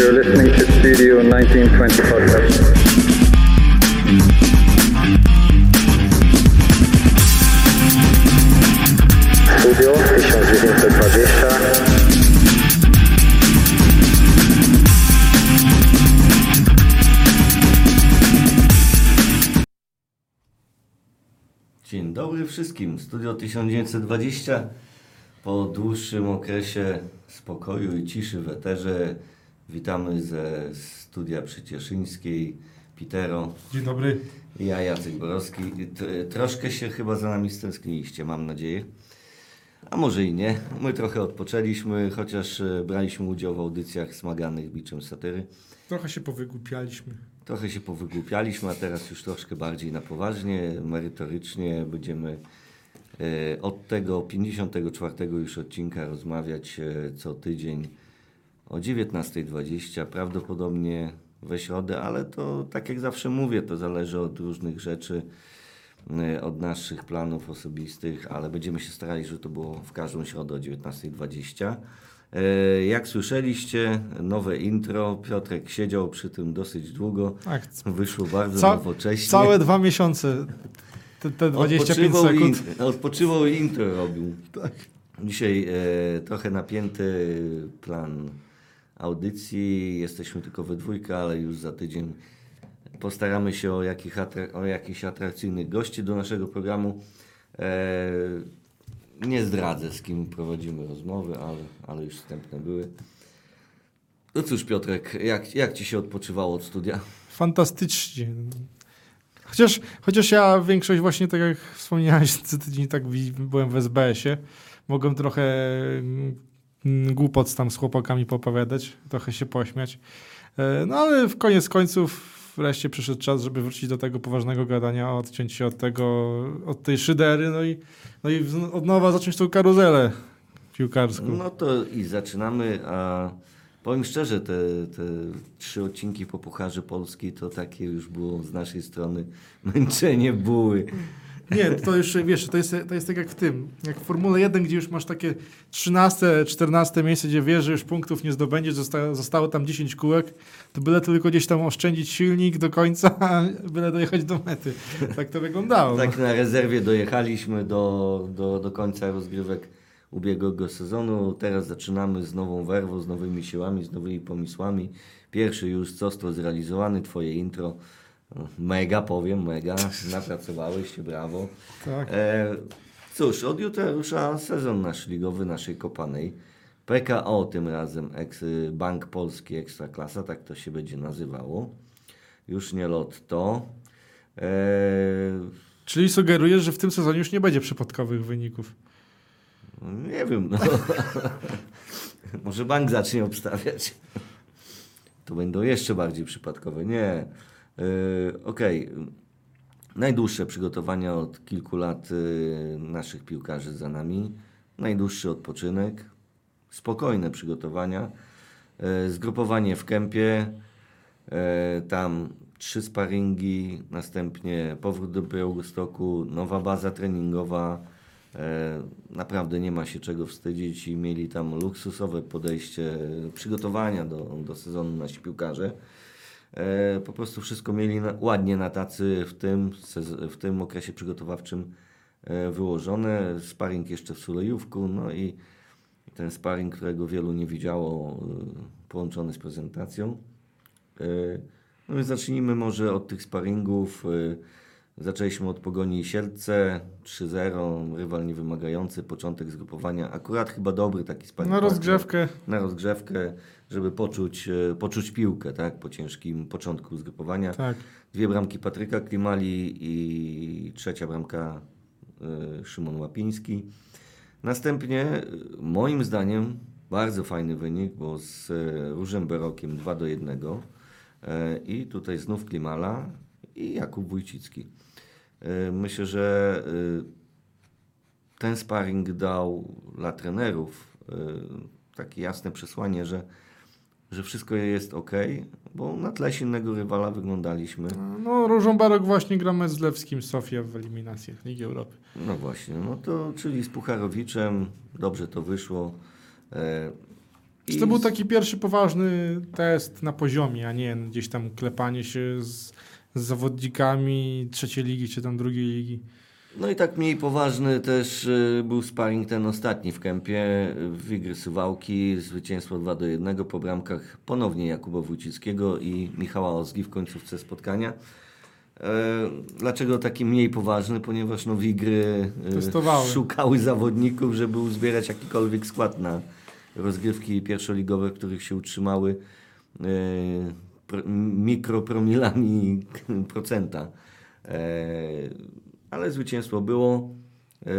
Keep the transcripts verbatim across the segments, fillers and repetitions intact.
You're listening to Studio nineteen twenty podcast. Studio tysiąc dziewięćset dwadzieścia. Dzień dobry wszystkim. Studio tysiąc dziewięćset dwadzieścia. Po dłuższym okresie spokoju i ciszy w eterze witamy ze studia przycieszyńskiej. Pitero. Dzień dobry. I ja, Jacek Borowski. Troszkę się chyba za nami stęskniliście, mam nadzieję. A może i nie. My trochę odpoczęliśmy, chociaż braliśmy udział w audycjach smaganych biczem satyry. Trochę się powygłupialiśmy. Trochę się powygłupialiśmy, a teraz już troszkę bardziej na poważnie, merytorycznie będziemy e, od tego pięćdziesiątego czwartego już odcinka rozmawiać e, co tydzień o dziewiętnasta dwadzieścia, prawdopodobnie we środę, ale to tak jak zawsze mówię, to zależy od różnych rzeczy, e, od naszych planów osobistych, ale będziemy się starali, żeby to było w każdą środę o dziewiętnasta dwadzieścia. Jak słyszeliście, nowe intro. Piotrek siedział przy tym dosyć długo. Tak. Wyszło bardzo Ca- nowocześnie. Całe dwa miesiące. Te, te dwadzieścia pięć sekund. In, odpoczywał i intro robił. Tak. Dzisiaj e, trochę napięty plan audycji. Jesteśmy tylko we dwójkę, ale już za tydzień postaramy się o, jakich atrak- o jakichś atrakcyjnych gości do naszego programu. E, Nie zdradzę, z kim prowadzimy rozmowy, ale, ale już wstępne były. No cóż, Piotrek, jak, jak Ci się odpoczywało od studia? Fantastycznie. Chociaż, chociaż ja większość właśnie, tak jak wspomniałeś, co tydzień tak byłem w S B S-ie. Mogłem trochę mm, głupot tam z chłopakami popowiadać, trochę się pośmiać. No ale w koniec końców wreszcie przyszedł czas, żeby wrócić do tego poważnego gadania, odciąć się od tego, od tej szydery, no i, no i od nowa zacząć tą karuzelę piłkarską. No to i zaczynamy, a powiem szczerze, te, te trzy odcinki po Pucharze Polski to takie już było z naszej strony męczenie buły. Nie, to już, wiesz, to jest, to jest tak jak w tym, jak w Formule jeden, gdzie już masz takie trzynaste, czternaste miejsce, gdzie wiesz, że już punktów nie zdobędziesz, zosta- zostało tam dziesięć kółek, to byle tylko gdzieś tam oszczędzić silnik do końca, byle dojechać do mety. Tak to wyglądało. Tak na rezerwie dojechaliśmy do, do, do końca rozgrywek ubiegłego sezonu. Teraz zaczynamy z nową werwą, z nowymi siłami, z nowymi pomysłami. Pierwszy już został zrealizowany, twoje intro. Mega, powiem, mega. Napracowałeś się, brawo. Tak. E, cóż, od jutra rusza sezon nasz ligowy, naszej kopanej. P K O tym razem, ex, Bank Polski Ekstraklasa, tak to się będzie nazywało. Już nie Lotto. E, Czyli sugerujesz, że w tym sezonie już nie będzie przypadkowych wyników. nie wiem, no. Może bank zacznie obstawiać. To będą jeszcze bardziej przypadkowe. Nie. Yy, Okej. Okay. Najdłuższe przygotowania od kilku lat yy, naszych piłkarzy za nami. Najdłuższy odpoczynek. Spokojne przygotowania. Yy, zgrupowanie w kempie. Yy, tam trzy sparingi. Następnie powrót do Białegostoku. Nowa baza treningowa. Yy, naprawdę nie ma się czego wstydzić i mieli tam luksusowe podejście przygotowania do, do sezonu nasi piłkarze. E, po prostu wszystko mieli na, ładnie na tacy w tym, w tym okresie przygotowawczym e, wyłożone. Sparring jeszcze w Sulejówku, no i ten sparring, którego wielu nie widziało, e, połączony z prezentacją. E, no więc zacznijmy może od tych sparingów. E, zaczęliśmy od Pogoni Siedlce, trzy zero, rywal niewymagający, początek zgrupowania, akurat chyba dobry taki sparring. Na rozgrzewkę. Na rozgrzewkę, żeby poczuć, poczuć piłkę, tak, po ciężkim początku zgrupowania. Tak. Dwie bramki Patryka Klimali i trzecia bramka y, Szymon Łapiński. Następnie, moim zdaniem, bardzo fajny wynik, bo z y, Różem Berokiem dwa do jednego y, i tutaj znów Klimala i Jakub Wójcicki. Y, myślę, że y, ten sparring dał dla trenerów y, takie jasne przesłanie, że że wszystko jest ok, bo na tle silnego rywala wyglądaliśmy. No, Różą Barok właśnie gramy z Lewskim Sofia w eliminacjach Ligi Europy. No właśnie, no to czyli z Pucharowiczem dobrze to wyszło. E, Czy to był taki pierwszy poważny test na poziomie, a nie gdzieś tam klepanie się z, z zawodnikami trzeciej ligi czy tam drugiej ligi? No i tak mniej poważny też y, był sparring ten ostatni w Kępie. Wigry Suwałki, zwycięstwo dwa do jednego po bramkach ponownie Jakuba Wójcickiego i Michała Ozgi w końcówce spotkania. E, dlaczego taki mniej poważny? Ponieważ no, Wigry y, szukały zawodników, żeby uzbierać jakikolwiek skład na rozgrywki pierwszoligowe, w których się utrzymały y, pr- mikropromilami procenta. E, ale zwycięstwo było. E,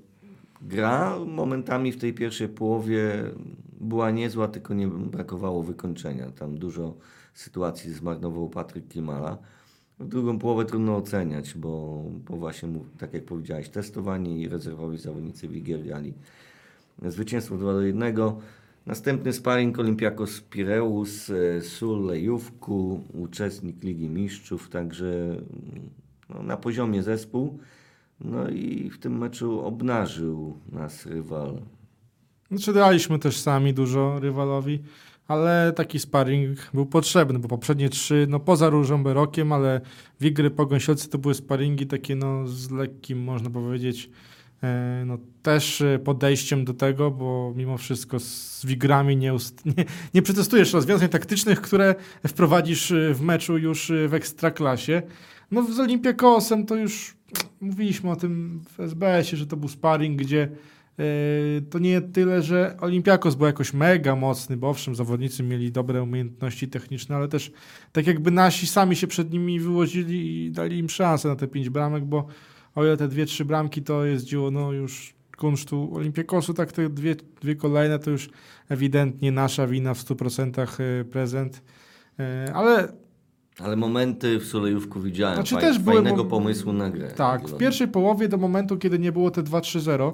gra momentami w tej pierwszej połowie była niezła, tylko nie brakowało wykończenia. Tam dużo sytuacji zmarnował Patryk Klimala. W drugą połowę trudno oceniać, bo, bo właśnie, tak jak powiedziałeś, testowani i rezerwowi zawodnicy Wigier grali. Zwycięstwo dwa do jednego. Następny sparring Olympiakos Pireus, Sól Lejówku, uczestnik Ligi Mistrzów, także no, na poziomie zespół. No i w tym meczu obnażył nas rywal. Znaczy daliśmy też sami dużo rywalowi, ale taki sparring był potrzebny, bo poprzednie trzy, no poza Różą Berokiem, ale Wigry Pogąsiolcy to były sparingi takie no z lekkim, można powiedzieć, e, no też podejściem do tego, bo mimo wszystko z Wigrami nie, ust- nie, nie przetestujesz rozwiązań taktycznych, które wprowadzisz w meczu już w Ekstraklasie. No z Olympiakosem to już mówiliśmy o tym w S B S-ie, że to był sparring, gdzie yy, to nie tyle, że Olympiakos był jakoś mega mocny, bo owszem, zawodnicy mieli dobre umiejętności techniczne, ale też tak jakby nasi sami się przed nimi wyłozili i dali im szansę na te pięć bramek, bo o ile te dwie, trzy bramki to jest dzieło no już kunsztu Olympiakosu, tak te dwie, dwie kolejne to już ewidentnie nasza wina w stu procentach prezent, yy, ale Ale momenty w Solejówku widziałem, Znaczy faj, też były fajnego mom- pomysłu na grę. Tak, w pierwszej połowie do momentu, kiedy nie było te dwa trzy zero,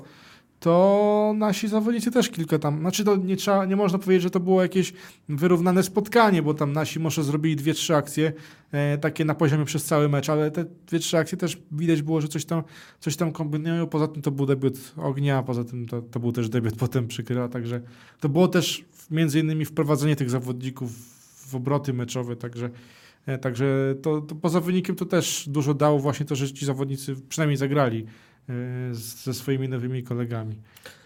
to nasi zawodnicy też kilka tam, znaczy to nie, trzeba, nie można powiedzieć, że to było jakieś wyrównane spotkanie, bo tam nasi może zrobili dwie trzy akcje e, takie na poziomie przez cały mecz, ale te dwie trzy akcje też widać było, że coś tam, coś tam kombinują, poza tym to był debiut Ognia, poza tym to, to był też debiut potem Przykryla, także to było też między innymi wprowadzenie tych zawodników w obroty meczowe, także Także to, to poza wynikiem to też dużo dało właśnie to, że ci zawodnicy przynajmniej zagrali ze swoimi nowymi kolegami.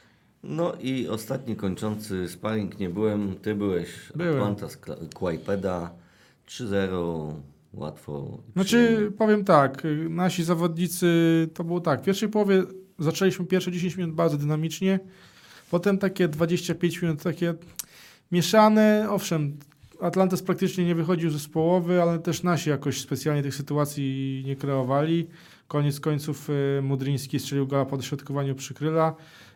No i ostatni kończący sparring nie byłem, ty byłeś. Byłem. Atlanta z Kłajpeda, trzy zero, łatwo. Znaczy powiem tak, nasi zawodnicy, to było tak, w pierwszej połowie zaczęliśmy pierwsze dziesięć minut bardzo dynamicznie, potem takie dwadzieścia pięć minut takie mieszane, owszem, Atlantas praktycznie nie wychodził ze połowy, ale też nasi jakoś specjalnie tych sytuacji nie kreowali. Koniec końców Mudryński strzelił gola po dośrodkowaniu Przykryla.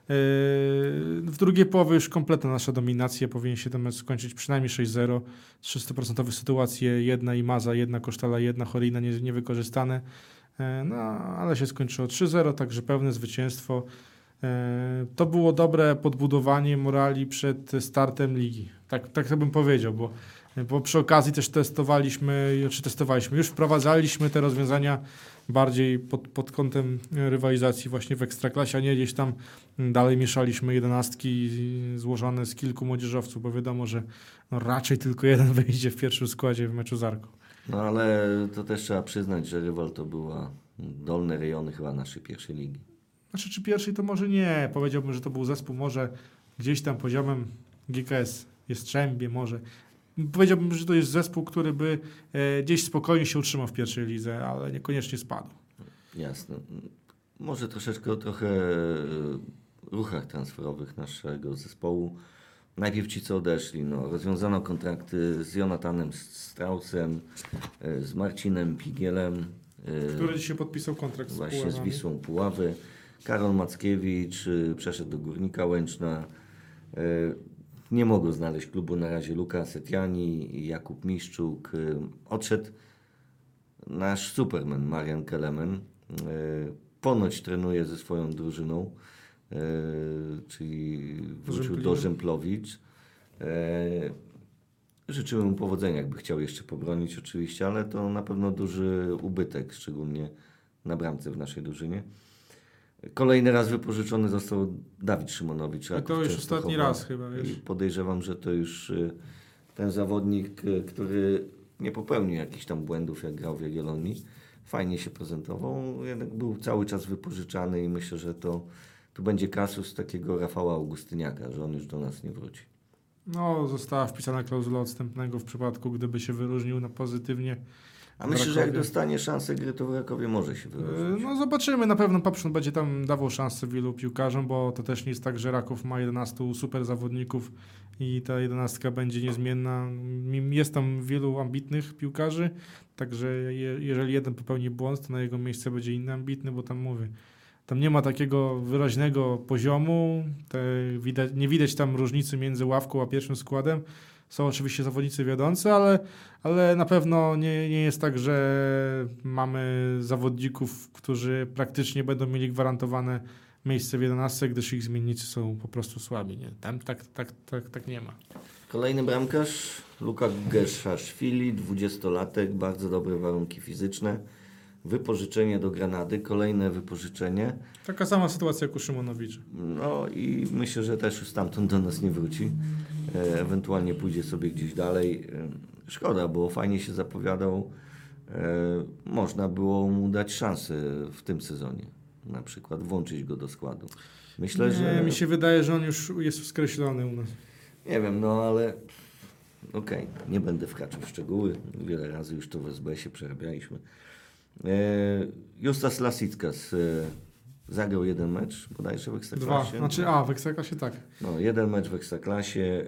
W drugiej połowie już kompletna nasza dominacja. Powinien się ten mecz skończyć przynajmniej sześć zero. trzysta procent sytuacje, jedna Imaza, jedna Kosztala, jedna Chorina nie, niewykorzystane. No, ale się skończyło trzy zero, także pełne zwycięstwo. To było dobre podbudowanie morali przed startem ligi. Tak, tak to bym powiedział, bo, bo przy okazji też testowaliśmy, czy testowaliśmy, już wprowadzaliśmy te rozwiązania bardziej pod, pod kątem rywalizacji właśnie w Ekstraklasie, a nie gdzieś tam dalej mieszaliśmy jedenastki złożone z kilku młodzieżowców, bo wiadomo, że no raczej tylko jeden wyjdzie w pierwszym składzie w meczu z Arką. No ale to też trzeba przyznać, że rywal to była dolne rejony chyba naszej pierwszej ligi. Znaczy, czy pierwszej to może nie. Powiedziałbym, że to był zespół może gdzieś tam poziomem G K S Jastrzębie może. Powiedziałbym, że to jest zespół, który by e, gdzieś spokojnie się utrzymał w pierwszej lidze, ale niekoniecznie spadł. Jasne. Może troszeczkę o trochę ruchach transferowych naszego zespołu. Najpierw ci, co odeszli. No, rozwiązano kontrakty z Jonathanem Straussem, z Marcinem Pigielem. Który dzisiaj podpisał kontrakt z Właśnie Puławami. z Wisłą Puławy. Karol Mackiewicz przeszedł do Górnika Łęczna. Nie mogło znaleźć klubu na razie Luka Setiani, Jakub Miszczuk. Odszedł nasz superman Marian Kelemen. Ponoć trenuje ze swoją drużyną, czyli wrócił do Żemplowicz. Życzymy mu powodzenia, jakby chciał jeszcze pobronić oczywiście, ale to na pewno duży ubytek, szczególnie na bramce w naszej drużynie. Kolejny raz wypożyczony został Dawid Szymonowicz. I to już ostatni raz chyba, wiesz. I podejrzewam, że to już y, ten zawodnik, y, który nie popełnił jakichś tam błędów, jak grał w Jagiellonii. Fajnie się prezentował, jednak był cały czas wypożyczany i myślę, że to tu będzie kasus takiego Rafała Augustyniaka, że on już do nas nie wróci. No, została wpisana klauzula odstępnego w przypadku, gdyby się wyróżnił na pozytywnie. A myślę, że jak dostanie szansę gry, to w Rakowie może się wyróżnić. No zobaczymy, na pewno Papszun będzie tam dawał szansę wielu piłkarzom, bo to też nie jest tak, że Raków ma jedenastu super zawodników i ta jedenastka będzie niezmienna. Jest tam wielu ambitnych piłkarzy, także je, jeżeli jeden popełni błąd, to na jego miejsce będzie inny ambitny, bo tam mówię, tam nie ma takiego wyraźnego poziomu, te widać, nie widać tam różnicy między ławką a pierwszym składem. Są oczywiście zawodnicy wiodący, ale, ale na pewno nie, nie jest tak, że mamy zawodników, którzy praktycznie będą mieli gwarantowane miejsce w jedenastce, gdyż ich zmiennicy są po prostu słabi. Nie? Tam tak, tak, tak, tak nie ma. Kolejny bramkarz, Luka Geszaszwili, dwudziestolatek, bardzo dobre warunki fizyczne. Wypożyczenie do Granady, kolejne wypożyczenie. Taka sama sytuacja jak u Szymonowicza. No i myślę, że też już stamtąd do nas nie wróci. E, ewentualnie pójdzie sobie gdzieś dalej. E, szkoda, bo fajnie się zapowiadał. E, można było mu dać szansę w tym sezonie. Na przykład włączyć go do składu. Myślę, nie, że... mi się wydaje, że on już jest skreślony u nas. Nie wiem, no ale... Okej, okay, nie będę wkraczał w szczegóły. Wiele razy już to w S B się przerabialiśmy. Justas Lasickas zagrał jeden mecz bodajże w Ekstraklasie. Dwa, znaczy a, w Ekstraklasie tak. No, jeden mecz w Ekstraklasie.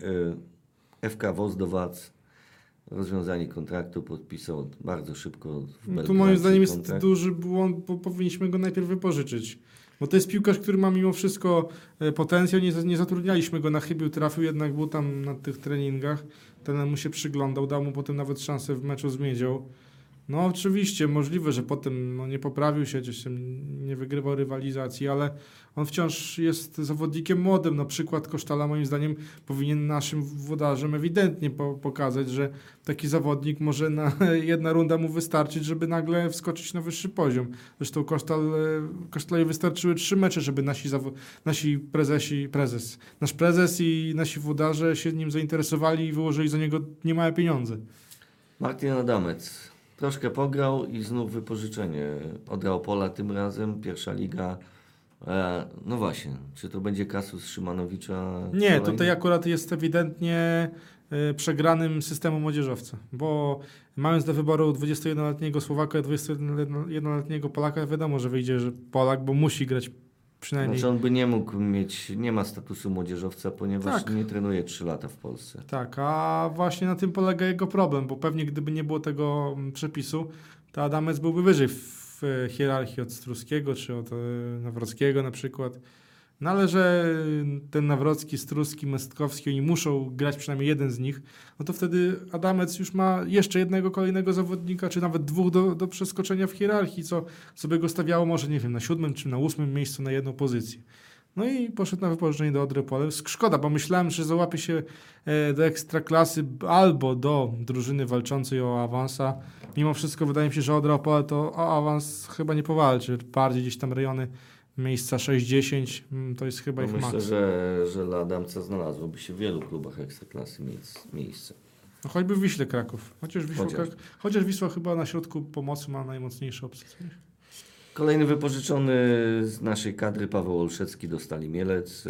F K Wozdowac rozwiązanie kontraktu podpisał bardzo szybko w no, tu moim zdaniem jest kontrakt. Duży błąd, bo powinniśmy go najpierw wypożyczyć. Bo to jest piłkarz, który ma mimo wszystko potencjał. Nie, nie zatrudnialiśmy go na chybił, trafił, jednak był tam na tych treningach. Ten mu się przyglądał, dał mu potem nawet szansę w meczu z Miedzią. No oczywiście, możliwe, że potem no, nie poprawił się, gdzieś tam nie wygrywał rywalizacji, ale on wciąż jest zawodnikiem młodym. Na przykład Kosztala moim zdaniem powinien naszym włodarzom ewidentnie po, pokazać, że taki zawodnik może na jedna runda mu wystarczyć, żeby nagle wskoczyć na wyższy poziom. Zresztą Kosztal, Kosztalowi wystarczyły trzy mecze, żeby nasi, zawo- nasi prezesi, prezes, nasz prezes i nasi włodarze się nim zainteresowali i wyłożyli za niego niemałe pieniądze. Martin Adamec. Troszkę pograł i znów wypożyczenie. Od Opola tym razem, pierwsza liga. E, no właśnie, czy to będzie kasus Szymanowicza? Nie, kolejny? Tutaj akurat jest ewidentnie y, przegranym systemu młodzieżowca, bo mając do wyboru dwudziestojednoletniego Słowaka i dwudziestojednoletniego Polaka, wiadomo, że wyjdzie, że Polak, bo musi grać przynajmniej... Znaczy on by nie mógł mieć, nie ma statusu młodzieżowca, ponieważ tak. nie trenuje trzy lata w Polsce. Tak, a właśnie na tym polega jego problem, bo pewnie gdyby nie było tego przepisu, to Adamec byłby wyżej w hierarchii od Struskiego czy od Nawrockiego na przykład. No ale że ten Nawrocki, Struski, Mestkowski, oni muszą grać przynajmniej jeden z nich, no to wtedy Adamec już ma jeszcze jednego kolejnego zawodnika, czy nawet dwóch do, do przeskoczenia w hierarchii, co sobie go stawiało może, nie wiem, na siódmym czy na ósmym miejscu na jedną pozycję. No i poszedł na wypożyczenie do Odry Opole. Szkoda, bo myślałem, że załapie się do Ekstraklasy albo do drużyny walczącej o awansa. Mimo wszystko wydaje mi się, że Odra Opole to o awans chyba nie powalczy. Bardziej gdzieś tam rejony miejsca sześć dziesięć to jest chyba no ich myślę, maks. że, że dla Adamca znalazłoby się w wielu klubach Ekstraklasy miejsce. No choćby w Wiśle Kraków. Chociaż Wisła, Chociaż. chociaż Wisła chyba na środku pomocy ma najmocniejsze opcje. Kolejny wypożyczony z naszej kadry Paweł Olszewski do Stali Mielec.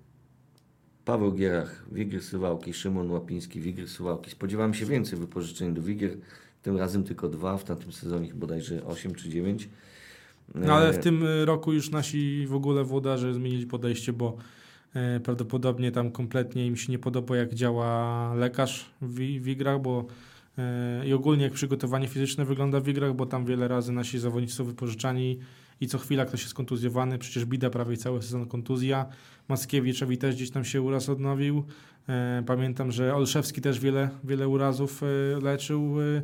Paweł Gierach, Wigier Suwałki, Szymon Łapiński, Wigier Suwałki. Spodziewałem się więcej wypożyczeń do Wigier. Tym razem tylko dwa, w tamtym sezonie bodajże osiem czy dziewięć. No ale w tym roku już nasi w ogóle włodarze zmienili podejście, bo e, prawdopodobnie tam kompletnie im się nie podoba, jak działa lekarz w, w igrach, bo e, i ogólnie jak przygotowanie fizyczne wygląda w igrach, bo tam wiele razy nasi zawodnicy są wypożyczani i co chwila ktoś jest kontuzjowany, przecież Bida prawie cały sezon kontuzja, Mackiewiczowi też gdzieś tam się uraz odnowił. E, pamiętam, że Olszewski też wiele, wiele urazów e, leczył, e,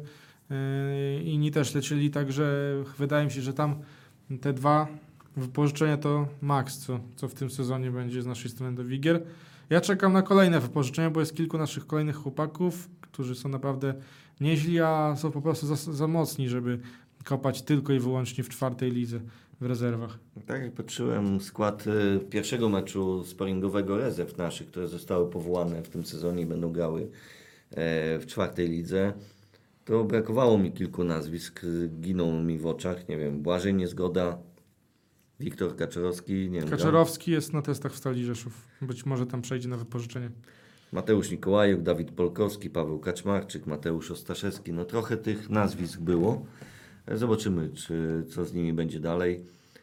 e, inni też leczyli, także wydaje mi się, że tam te dwa wypożyczenia to maks, co, co w tym sezonie będzie z naszej strony do Wigier. Ja czekam na kolejne wypożyczenia, bo jest kilku naszych kolejnych chłopaków, którzy są naprawdę nieźli, a są po prostu za, za mocni, żeby kopać tylko i wyłącznie w czwartej lidze. w rezerwach. Tak jak patrzyłem skład y, pierwszego meczu sparingowego rezerw naszych, które zostały powołane w tym sezonie i będą grały e, w czwartej lidze, to brakowało mi kilku nazwisk, y, giną mi w oczach, nie wiem, Błażej Niezgoda, Wiktor Kaczorowski, nie wiem, Kaczorowski jest na testach w Stali Rzeszów. Być może tam przejdzie na wypożyczenie. Mateusz Nikołajuk, Dawid Polkowski, Paweł Kaczmarczyk, Mateusz Ostaszewski. No trochę tych nazwisk było. Zobaczymy, czy, co z nimi będzie dalej.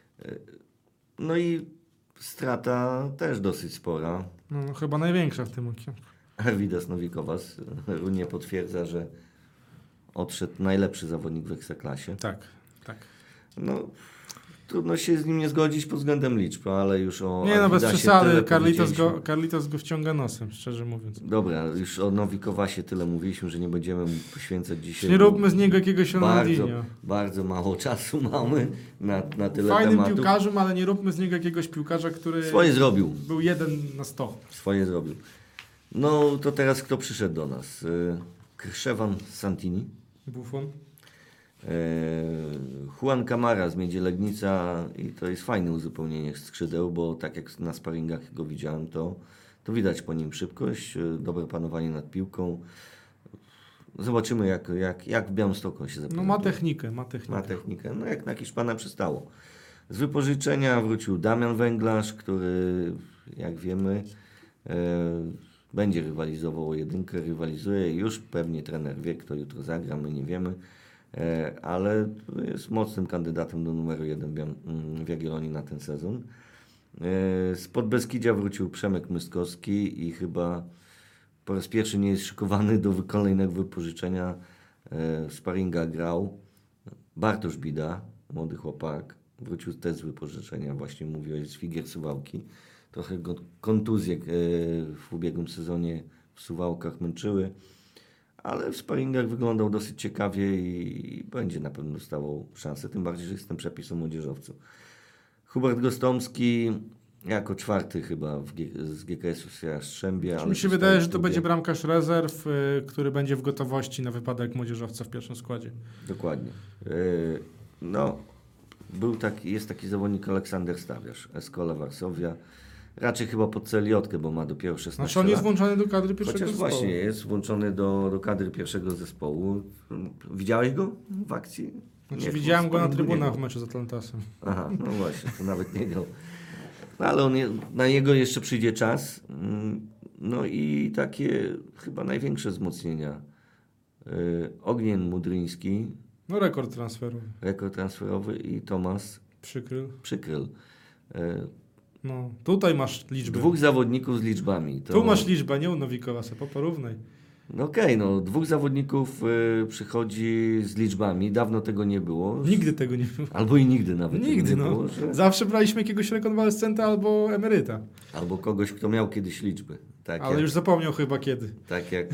No i strata też dosyć spora. No, no chyba największa w tym okienku. Arvidas Nowikowas runie potwierdza, że odszedł najlepszy zawodnik w Ekstraklasie. Tak, tak. No, trudno się z nim nie zgodzić pod względem liczb, ale już o Nie no, bez Arvidasie przesady. tyle Carlitos go, powiedzieliśmy. Carlitos go wciąga nosem, szczerze mówiąc. Dobra, już o Nowikowasie tyle mówiliśmy, że nie będziemy mu poświęcać dzisiaj. Nie róbmy z niego jakiegoś bardzo, Ronaldinho. bardzo mało czasu mamy na, na tyle Fajnym tematów. piłkarzem, ale nie róbmy z niego jakiegoś piłkarza, który Swoje zrobił. był jeden na sto. Swoje zrobił. No to teraz kto przyszedł do nas? Y, Krzewan Santini. Buffon. y, Juan Camara z Miedzi Legnica i to jest fajne uzupełnienie skrzydeł, bo tak jak na sparingach go widziałem, to, to widać po nim szybkość, y, dobre panowanie nad piłką. Zobaczymy jak, jak, jak w Białymstoku on się No zaprezentuje. ma technikę, ma technikę. Ma technikę, no jak na Hiszpana przystało. Z wypożyczenia wrócił Damian Węglarz, który jak wiemy e, będzie rywalizował o jedynkę, rywalizuje i już pewnie trener wie, kto jutro zagra, my nie wiemy, e, ale jest mocnym kandydatem do numeru jeden w Jagiellonii na ten sezon. E, z Podbeskidzia wrócił Przemek Mystkowski i chyba po raz pierwszy nie jest szykowany do kolejnego wypożyczenia. E, sparinga grał Bartosz Bida, młody chłopak, wrócił też z wypożyczenia, właśnie mówiłeś, z Figier Suwałki. Trochę go kontuzje e, w ubiegłym sezonie w Suwałkach męczyły, ale w sparingach wyglądał dosyć ciekawie i będzie na pewno dostawał szansę, tym bardziej, że jest ten przepis o młodzieżowcu. Hubert Gostomski jako czwarty chyba w G- z G K S-u w Jastrzębie. ale Mi się zostaje wydaje, że to drugie. będzie bramkarz rezerw, y, który będzie w gotowości na wypadek młodzieżowca w pierwszym składzie. Dokładnie. Yy, no, był taki, jest taki zawodnik Aleksander Stawiarz, Escola Varsovia. Raczej chyba pod C L J, bo ma dopiero szesnaście Znaczy on jest lat. włączony do kadry pierwszego Chociaż zespołu. właśnie jest włączony do, do kadry pierwszego zespołu. Widziałeś go w akcji? Znaczy Nie, widziałem go na sparingu nie trybunach w grał. meczu z Atlantasem. Aha, no właśnie, to nawet nie grał. No ale on je, na jego jeszcze przyjdzie czas. Mm, No i takie chyba największe wzmocnienia. Yy, Ognien Mudryński, No rekord transferu. rekord transferowy i Tomasz Przykryl. Przykryl. E, No, tutaj masz liczbę. Dwóch zawodników z liczbami. To... Tu masz liczbę, nie u Nowikowa, se porównaj. No okej, no dwóch zawodników y, przychodzi z liczbami. Dawno tego nie było. Nigdy tego nie było. Albo i nigdy nawet Nigdy, tego nie no. było. Że... Zawsze braliśmy jakiegoś rekonwalescenta albo emeryta. Albo kogoś, kto miał kiedyś liczby. Tak Ale jak, już zapomniał chyba kiedy. tak jak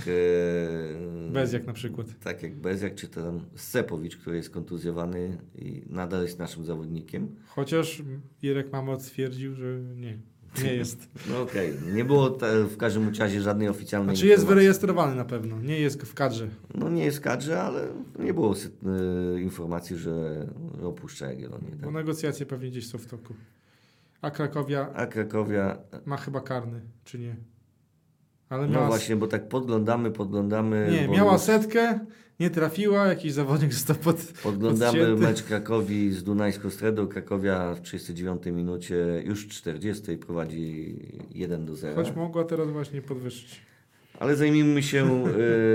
e, Bezjak na przykład. Tak jak Bezjak, czy tam Scepowicz, który jest kontuzjowany i nadal jest naszym zawodnikiem. Chociaż Irek Mamot stwierdził, że nie. Nie jest. No okej, nie było te, w każdym razie żadnej oficjalnej Znaczy jest informacji. wyrejestrowany na pewno. Nie jest w kadrze. No nie jest w kadrze, ale nie było y, informacji, że opuszcza Jagiellonię. Bo Tak? negocjacje pewnie gdzieś są w toku. A Krakowia A Krakowia, ma chyba karny, czy nie? Ale no miała, właśnie, bo tak podglądamy, podglądamy. nie, bo miała już setkę, nie trafiła, jakiś zawodnik został pod, Podglądamy podcięty. mecz Krakowi z Dunajską Stredą. Krakowia w trzydziestej dziewiątej minucie, już w czterdziestej prowadzi jeden do zera. Choć mogła teraz właśnie podwyższyć. Ale zajmijmy się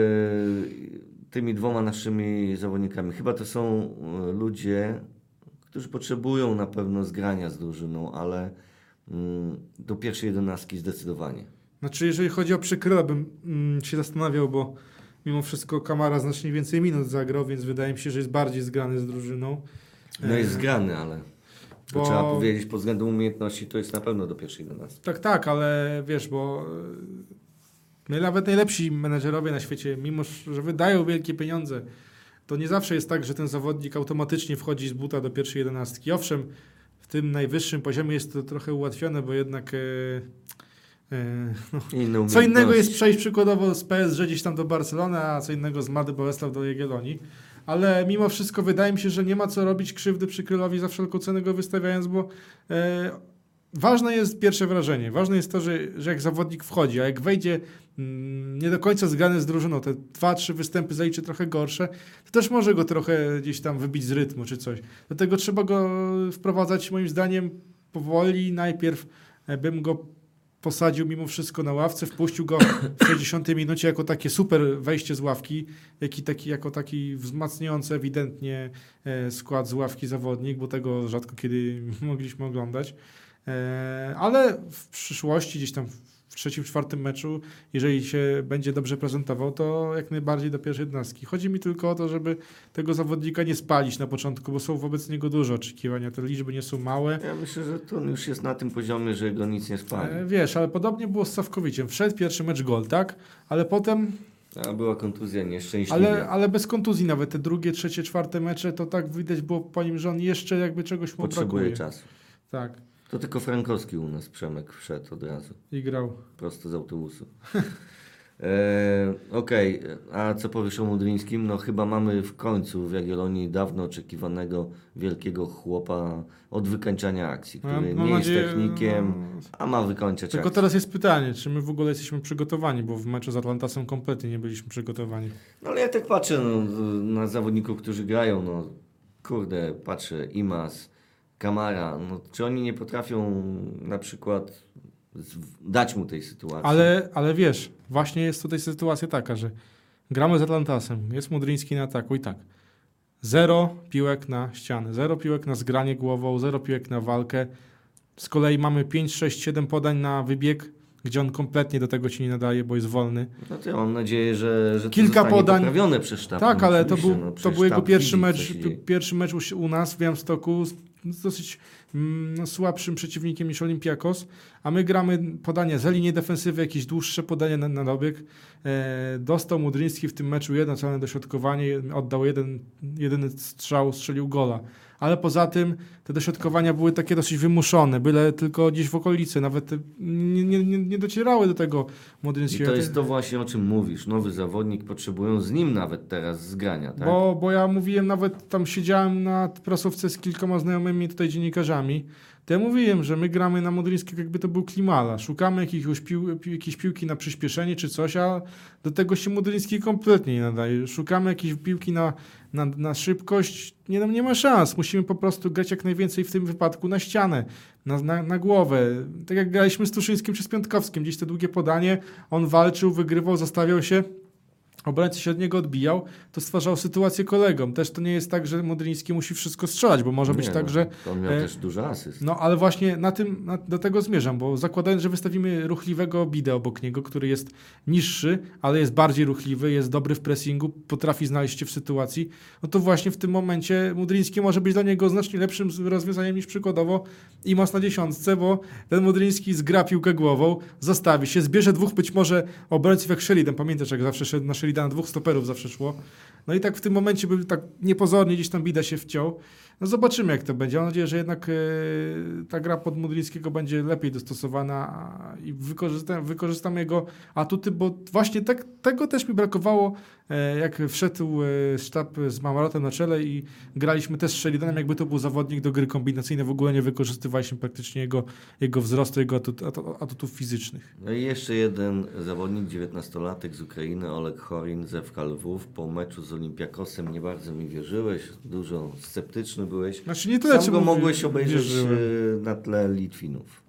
y, tymi dwoma naszymi zawodnikami. Chyba to są y, ludzie, którzy potrzebują na pewno zgrania z drużyną, ale y, do pierwszej jedenastki zdecydowanie. Znaczy, jeżeli chodzi o Przykryla, bym mm, się zastanawiał, bo mimo wszystko Kamara znacznie więcej minut zagrał, więc wydaje mi się, że jest bardziej zgrany z drużyną. No jest E, zgrany, ale to bo- trzeba powiedzieć pod względem umiejętności, to jest na pewno do pierwszej jedenastki. Tak, tak, ale wiesz, bo e, my nawet najlepsi menedżerowie na świecie, mimo że wydają wielkie pieniądze, to nie zawsze jest tak, że ten zawodnik automatycznie wchodzi z buta do pierwszej jedenastki. Owszem, w tym najwyższym poziomie jest to trochę ułatwione, bo jednak e, e, no, Inne co innego jest umiejętności. przejść przykładowo z P S G gdzieś tam do Barcelony, a co innego z Mady Bolesław do Jagiellonii. ale mimo wszystko wydaje mi się, że nie ma co robić krzywdy Przykrylowi za wszelką cenę go wystawiając, bo e, ważne jest pierwsze wrażenie. Ważne jest to, że, że jak zawodnik wchodzi, a jak wejdzie mm, nie do końca zgrany z drużyną, te dwa, trzy występy zaliczy trochę gorsze, to też może go trochę gdzieś tam wybić z rytmu czy coś. Dlatego trzeba go wprowadzać moim zdaniem powoli. Najpierw e, bym go posadził mimo wszystko na ławce, wpuścił go w sześćdziesiątej minucie jako takie super wejście z ławki, jak i taki, jako taki wzmacniający ewidentnie e, skład z ławki zawodnik, bo tego rzadko kiedy mogliśmy oglądać. E, ale w przyszłości, gdzieś tam w trzecim, czwartym meczu, jeżeli się będzie dobrze prezentował, to jak najbardziej do pierwszej jedenastki. Chodzi mi tylko o to, żeby tego zawodnika nie spalić na początku, bo są wobec niego duże oczekiwania. Te liczby nie są małe. Ja myślę, że to on już jest na tym poziomie, że go nic nie spali. E, wiesz, ale podobnie było z Sawkowiciem. Wszedł pierwszy mecz gol, tak? Ale potem... A była kontuzja nieszczęśliwa. Ale, ale bez kontuzji nawet te drugie, trzecie, czwarte mecze, to tak widać było po nim, że on jeszcze jakby czegoś mu Potrzebuje brakuje. czasu. Tak. To tylko Frankowski u nas, Przemek, wszedł od razu. I grał. Prosto z autobusu. e, Okej, okay. A co powiesz o Mudryńskim? No chyba mamy w końcu w Jagiellonii dawno oczekiwanego wielkiego chłopa od wykańczania akcji, który Mam nie nadzieję, jest technikiem, a ma wykańczać Tylko akcję. teraz jest pytanie, czy my w ogóle jesteśmy przygotowani, bo w meczu z Atlantasem kompletnie nie byliśmy przygotowani. No ale ja tak patrzę no, na zawodników, którzy grają, no kurde, patrzę, Imaz, Kamara, no czy oni nie potrafią na przykład z- dać mu tej sytuacji? Ale, ale wiesz, właśnie jest tutaj sytuacja taka, że gramy z Atlantasem, jest Mudryński na ataku i tak. Zero piłek na ścianę, zero piłek na zgranie głową, zero piłek na walkę. Z kolei mamy pięć, sześć, siedem podań na wybieg, gdzie on kompletnie do tego ci nie nadaje, bo jest wolny. No to ja mam nadzieję, że, że to Kilka zostanie podań. poprawione przez sztab. Tak, No ale to oczywiście, był, no to przecież był jego sztab pierwszy widzi, mecz, co się dzieje. pierwszy mecz u, u nas w Białymstoku z z dosyć mm, no, słabszym przeciwnikiem niż Olympiakos, a my gramy podania z linii defensywy, jakieś dłuższe podanie na, na dobieg. E, dostał Mudryński w tym meczu jedno celne dośrodkowanie, oddał jeden, jedyny strzał, strzelił gola. Ale poza tym te dośrodkowania były takie dosyć wymuszone, byle tylko gdzieś w okolicy, nawet nie, nie, nie, nie docierały do tego I Mudryńskiego. to jest to właśnie, o czym mówisz. Nowy zawodnik, potrzebują z nim nawet teraz zgrania, tak? Bo, bo ja mówiłem, nawet tam siedziałem na prasówce z kilkoma znajomymi tutaj dziennikarzami, to ja mówiłem, że my gramy na Mudryńskiego, jakby to był Klimala. Szukamy jakiegoś pił, pi, jakiejś piłki na przyspieszenie czy coś, a do tego się Mudryński kompletnie nie nadaje. Szukamy jakiejś piłki na, na, na szybkość, nie, no nie ma szans. Musimy po prostu grać jak najwięcej w tym wypadku na ścianę, na, na, na głowę. Tak jak graliśmy z Tuszyńskim czy z Piątkowskim, gdzieś te długie podanie, on walczył, wygrywał, zostawiał się. Obrońca się od niego odbijał, to stwarzał sytuację kolegom. Też to nie jest tak, że Mudryński musi wszystko strzelać, bo może Nie, być tak, no, że... to on miał e, też dużo asyst. No ale właśnie na tym, na, do tego zmierzam, bo zakładając, że wystawimy ruchliwego Bidę obok niego, który jest niższy, ale jest bardziej ruchliwy, jest dobry w pressingu, potrafi znaleźć się w sytuacji, no to właśnie w tym momencie Mudryński może być dla niego znacznie lepszym rozwiązaniem niż przykładowo Imaz na dziesiątce, bo ten Mudryński zgra piłkę głową, zastawi się, zbierze dwóch być może obrońców jak Sheridan. Pamiętasz, jak zawsze szedł na Sheridana, dwóch stoperów zawsze szło. No i tak w tym momencie by tak niepozornie gdzieś tam Bida się wciął. No zobaczymy, jak to będzie. Mam nadzieję, że jednak e, ta gra pod Mudryńskiego będzie lepiej dostosowana a, i wykorzystam, wykorzystam jego atuty, bo właśnie tak, tego też mi brakowało, e, jak wszedł e, sztab z Mamarotem na czele i graliśmy też z Sheridanem, jakby to był zawodnik do gry kombinacyjnej. W ogóle nie wykorzystywaliśmy praktycznie jego, jego wzrostu, jego atut, atut, atutów fizycznych. No i jeszcze jeden zawodnik, dziewiętnastolatek z Ukrainy, Oleg Chorin ze F K Lwów. Po meczu z Olympiakosem nie bardzo mi wierzyłeś, dużo sceptyczny byłeś. Znaczy nie tyle, Sam czy go mówię, mogłeś obejrzeć wierzyłem. e, na tle Litwinów.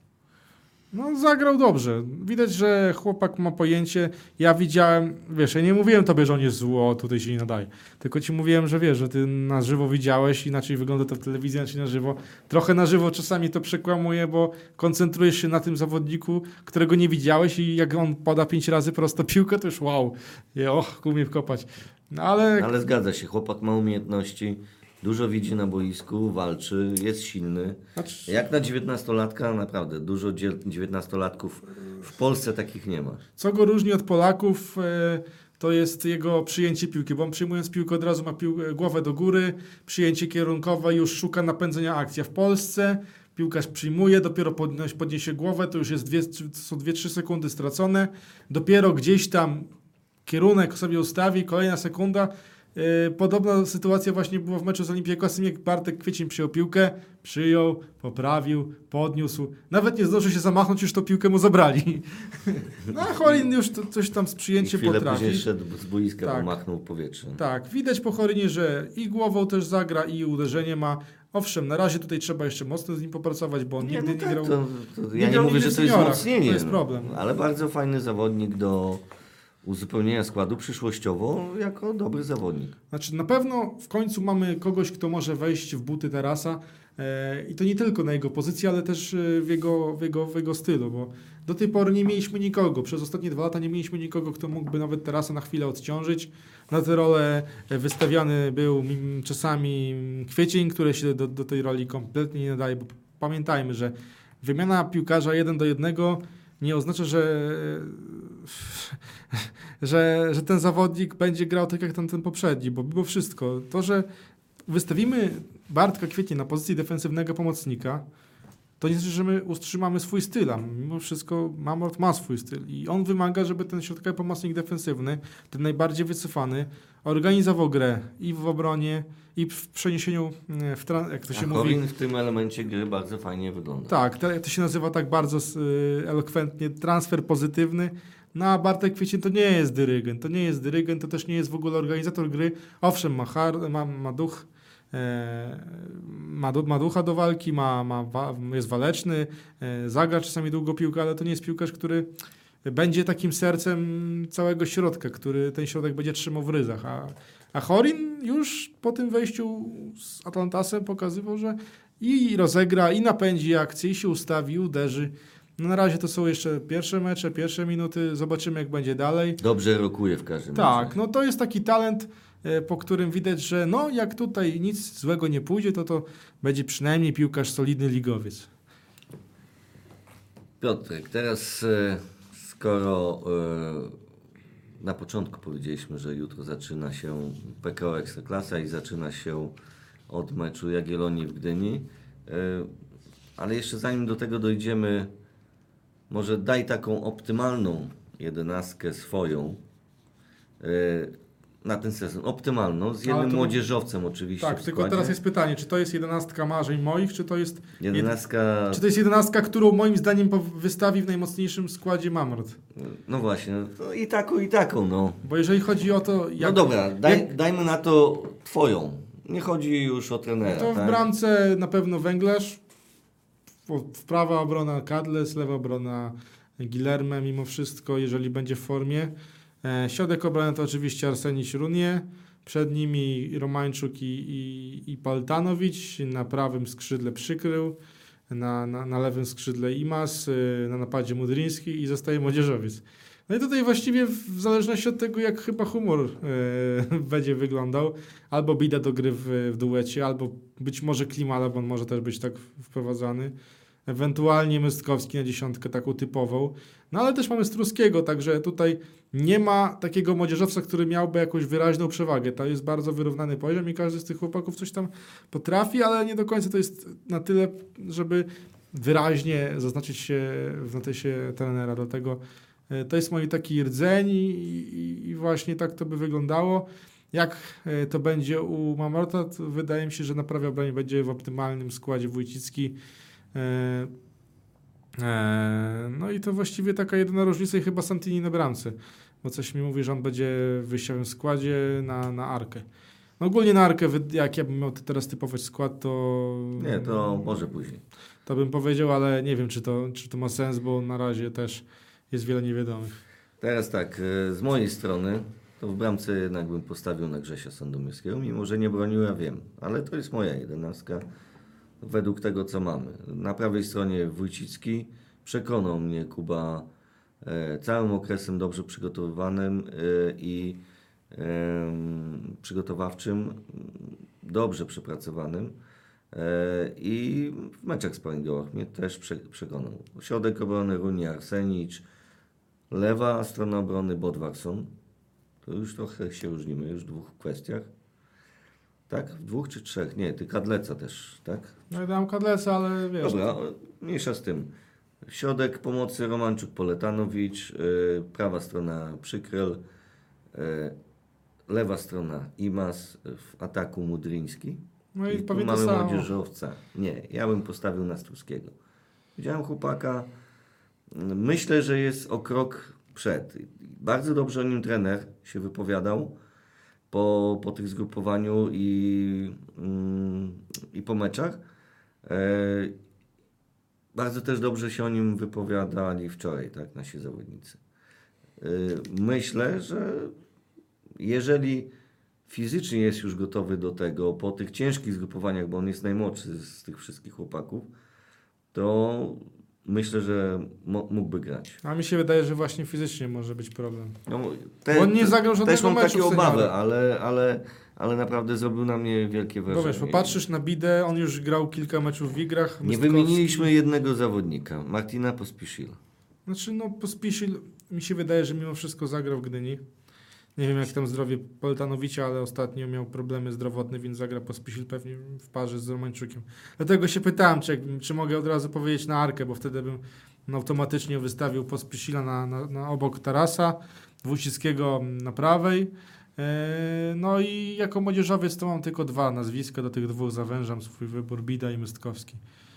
No zagrał dobrze. Widać, że chłopak ma pojęcie. Ja widziałem, wiesz, ja nie mówiłem tobie, że on jest zło, tutaj się nie nadaje. Tylko ci mówiłem, że wiesz, że ty na żywo widziałeś, inaczej wygląda to w telewizji, inaczej na żywo. Trochę na żywo czasami to przekłamuje, bo koncentrujesz się na tym zawodniku, którego nie widziałeś i jak on poda pięć razy prosto piłkę, to już wow. I, och, umie wkopać. No ale... Ale zgadza się, chłopak ma umiejętności, dużo widzi na boisku, walczy, jest silny. Znaczy... Jak na dziewiętnastolatka, naprawdę, dużo dzie- dziewiętnastolatków w Polsce takich nie ma. Co go różni od Polaków, e, to jest jego przyjęcie piłki, bo on przyjmując piłkę od razu ma pił- głowę do góry, przyjęcie kierunkowe, już szuka napędzenia akcji. A w Polsce piłkarz przyjmuje, dopiero podnieś, podniesie głowę, to już jest dwie, to są dwie trzy sekundy stracone, dopiero gdzieś tam kierunek sobie ustawi, kolejna sekunda, Yy, podobna sytuacja właśnie była w meczu z Olympiakosem, jak Bartek Kwiecień przyjął piłkę, przyjął, poprawił, podniósł. Nawet nie zdążył się zamachnąć, już tą piłkę mu zabrali. No a Chorin już to, coś tam z I przyjęciem chwilę potrafi. później szedł z boiska, Tak. pomachnął w powietrze. Tak, widać po Chorinie, że i głową też zagra, i uderzenie ma. Owszem, na razie tutaj trzeba jeszcze mocno z nim popracować, bo on Nie, nigdy no nie tak, grał. to, to nie ja nie grał mówię, nigdy że w to jest seniorach, wzmocnienie. to jest no. problem. Ale bardzo fajny zawodnik do uzupełnienia składu przyszłościowo jako dobry zawodnik. Znaczy na pewno w końcu mamy kogoś, kto może wejść w buty Tarasa e, i to nie tylko na jego pozycji, ale też e, w jego, w, jego, w jego stylu, bo do tej pory nie mieliśmy nikogo. Przez ostatnie dwa lata nie mieliśmy nikogo, kto mógłby nawet Tarasa na chwilę odciążyć. Na tę rolę wystawiany był mm, czasami Kwiecień, który się do, do tej roli kompletnie nie nadaje, bo pamiętajmy, że wymiana piłkarza jeden do jednego nie oznacza, że, że, że ten zawodnik będzie grał tak jak ten, ten poprzedni, bo mimo wszystko to, że wystawimy Bartka Kwietnia na pozycji defensywnego pomocnika, to nie znaczy, że my utrzymamy swój styl, a mimo wszystko Mamrot ma swój styl i on wymaga, żeby ten środkowy pomocnik defensywny, ten najbardziej wycofany, organizował grę i w obronie, i w przeniesieniu, w tra- jak to się A mówi. Chorin w tym elemencie gry bardzo fajnie wygląda. Tak, to, to się nazywa tak bardzo y, elokwentnie transfer pozytywny. No a Bartek Kwiecień to nie jest dyrygent, to nie jest dyrygent, to też nie jest w ogóle organizator gry. Owszem, ma, har, ma, ma duch, e, ma, du, ma ducha do walki, ma, ma, wa, jest waleczny, e, zagra czasami długo piłkę, ale to nie jest piłkarz, który będzie takim sercem całego środka, który ten środek będzie trzymał w ryzach. A, a Chorin już po tym wejściu z Atlantasem pokazywał, że i rozegra, i napędzi akcję, i się ustawi, i uderzy. No na razie to są jeszcze pierwsze mecze, pierwsze minuty. Zobaczymy, jak będzie dalej. Dobrze rokuje w każdym Tak, razie. no to jest taki talent, e, po którym widać, że no jak tutaj nic złego nie pójdzie, to to będzie przynajmniej piłkarz solidny ligowiec. Piotrek, teraz e, skoro e, na początku powiedzieliśmy, że jutro zaczyna się P K O Ekstraklasa i zaczyna się od meczu Jagiellonii w Gdyni, e, ale jeszcze zanim do tego dojdziemy, może daj taką optymalną jedenastkę swoją e, na ten sezon. Optymalną, z jednym Ale to- młodzieżowcem oczywiście Tak, w tylko składzie. teraz jest pytanie, czy to jest jedenastka marzeń moich, czy to jest Jedenastka... Czy to jest jedenastka, którą moim zdaniem pow- wystawi w najmocniejszym składzie Mamrot? No właśnie, no to i taką, i taką, no. Bo jeżeli chodzi o to, jak, No dobra, daj, jak, dajmy na to twoją. Nie chodzi już o trenera, to w tak? bramce na pewno Węglarz, w, w prawa obrona Kadles, lewa obrona Guillerme mimo wszystko, jeżeli będzie w formie. E, środek obrony to oczywiście Arseniś Runie, przed nimi Romańczuk i, i, i Paltanowicz, na prawym skrzydle Przykrył, na, na, na lewym skrzydle Imas, y, na napadzie Mudryński i zostaje młodzieżowiec. No i tutaj właściwie w, w zależności od tego, jak chyba humor y, będzie wyglądał, albo Bida do gry w, w duecie, albo być może Klimala, bo on może też być tak wprowadzany. Ewentualnie Mystkowski na dziesiątkę taką typową. No ale też mamy Struskiego, także tutaj nie ma takiego młodzieżowca, który miałby jakąś wyraźną przewagę. To jest bardzo wyrównany poziom i każdy z tych chłopaków coś tam potrafi, ale nie do końca to jest na tyle, żeby wyraźnie zaznaczyć się w notesie trenera. Dlatego e, to jest mój taki rdzeń i, i, i właśnie tak to by wyglądało. Jak e, to będzie u Mamrota, to wydaje mi się, że na prawie obronie będzie w optymalnym składzie Wójcicki. E, e, no i to właściwie taka jedyna różnica i chyba Santini na bramce, bo coś mi mówi, że on będzie w wyjściowym składzie na, na Arkę. No ogólnie na Arkę, wy- jak ja bym miał teraz typować skład, to... Nie, to może później. To bym powiedział, ale nie wiem, czy to, czy to ma sens, bo na razie też jest wiele niewiadomych. Teraz tak, e, z mojej strony to w bramce jednak bym postawił na Grzesia Sandomierskiego, mimo że nie bronił, ja wiem, ale to jest moja jedenastka według tego, co mamy. Na prawej stronie Wójcicki, przekonał mnie Kuba e, całym okresem dobrze przygotowywanym e, i e, przygotowawczym, dobrze przepracowanym e, i w meczach sparingowych mnie też prze, przekonał. Środek obrony Runi Arsenicz, lewa strona obrony Bodvarsson. To już trochę się różnimy, już w dwóch kwestiach. Tak? W dwóch czy trzech? Nie, ty Kadleca też, tak? No ja dam Kadlesa, ale wiesz... Dobra, o, mniejsza z tym. Środek pomocy Romanczuk Poletanowicz, yy, prawa strona Przykryl, yy, lewa strona Imas, w ataku Mudryński. No i, I tu pewnie to mamy samo. młodzieżowca. Nie, ja bym postawił na Struskiego. Widziałem chłopaka, myślę, że jest o krok przed. Bardzo dobrze o nim trener się wypowiadał po, po tych zgrupowaniu i, mm, i po meczach. E, bardzo też dobrze się o nim wypowiadali wczoraj, tak, nasi zawodnicy. E, myślę, że jeżeli fizycznie jest już gotowy do tego, po tych ciężkich zgrupowaniach, bo on jest najmłodszy z tych wszystkich chłopaków, to myślę, że mo- mógłby grać. A mi się wydaje, że właśnie fizycznie może być problem. No, Bo on nie zagrał żadnego też mam meczu takie w seniorach. obawy, ale, ale, ale naprawdę zrobił na mnie wielkie Bo wrażenie. wiesz, popatrzysz na Bidę, on już grał kilka meczów w igrach. Nie Mystkowski- wymieniliśmy jednego zawodnika, Martina Pospisil. Znaczy, no, Pospisil mi się wydaje, że mimo wszystko zagrał w Gdyni. Nie wiem, jak tam zdrowie Poltanowicza, ale ostatnio miał problemy zdrowotne, więc zagra Pospisil pewnie w parze z Romańczukiem. Dlatego się pytałem, czy, jak- czy mogę od razu powiedzieć na Arkę, bo wtedy bym no, automatycznie wystawił Pospisila na, na, na obok Tarasa, Wójcickiego na prawej. E, No i jako młodzieżowiec to mam tylko dwa nazwiska, do tych dwóch zawężam swój wybór, Bida i Mystkowski.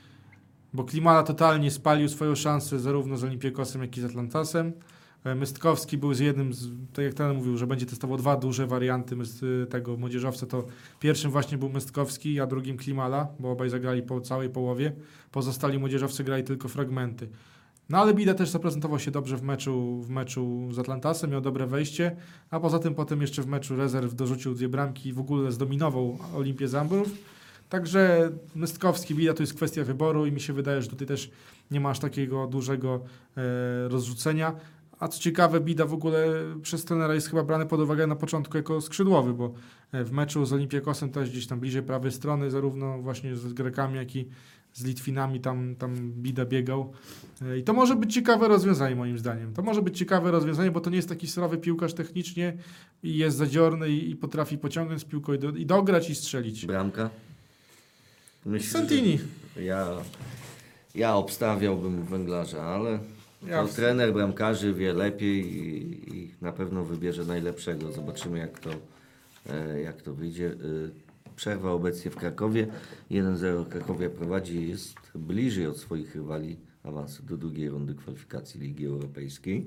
Bo Klimala totalnie spalił swoją szansę zarówno z Olimpiakosem, jak i z Atlantasem. E, Mystkowski był z jednym, z, tak jak ten mówił, że będzie testował dwa duże warianty myst- tego młodzieżowca, to pierwszym właśnie był Mystkowski, a drugim Klimala, bo obaj zagrali po całej połowie. Pozostali młodzieżowcy grali tylko fragmenty. No ale Bida też zaprezentował się dobrze w meczu, w meczu z Atlantasem, miał dobre wejście, a poza tym potem jeszcze w meczu rezerw dorzucił dwie bramki i w ogóle zdominował Olimpię Zambrów. Także Mystkowski, Bida to jest kwestia wyboru i mi się wydaje, że tutaj też nie ma aż takiego dużego e, rozrzucenia. A co ciekawe, Bida w ogóle przez trenera jest chyba brany pod uwagę na początku jako skrzydłowy, bo e, w meczu z Olimpiakosem też gdzieś tam bliżej prawej strony, zarówno właśnie z Grekami, jak i z Litwinami tam, tam Bida biegał. E, I to może być ciekawe rozwiązanie moim zdaniem. To może być ciekawe rozwiązanie, bo to nie jest taki surowy piłkarz technicznie i jest zadziorny i, i potrafi pociągnąć z piłką i, do, i dograć i strzelić. Bramka? Myślę, Santini. że Ja, ja obstawiałbym węglarza, ale Ja to w- trener bramkarzy wie lepiej i, i na pewno wybierze najlepszego. Zobaczymy, jak to, e, jak to wyjdzie. E, Przerwa obecnie w Krakowie. jeden zero Krakowie prowadzi, jest bliżej od swoich rywali awansu do drugiej rundy kwalifikacji Ligi Europejskiej.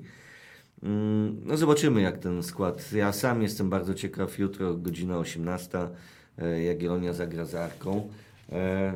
Mm, No zobaczymy, jak ten skład. Ja sam jestem bardzo ciekaw. Jutro godzina osiemnasta e, Jagiellonia zagra z Arką. E,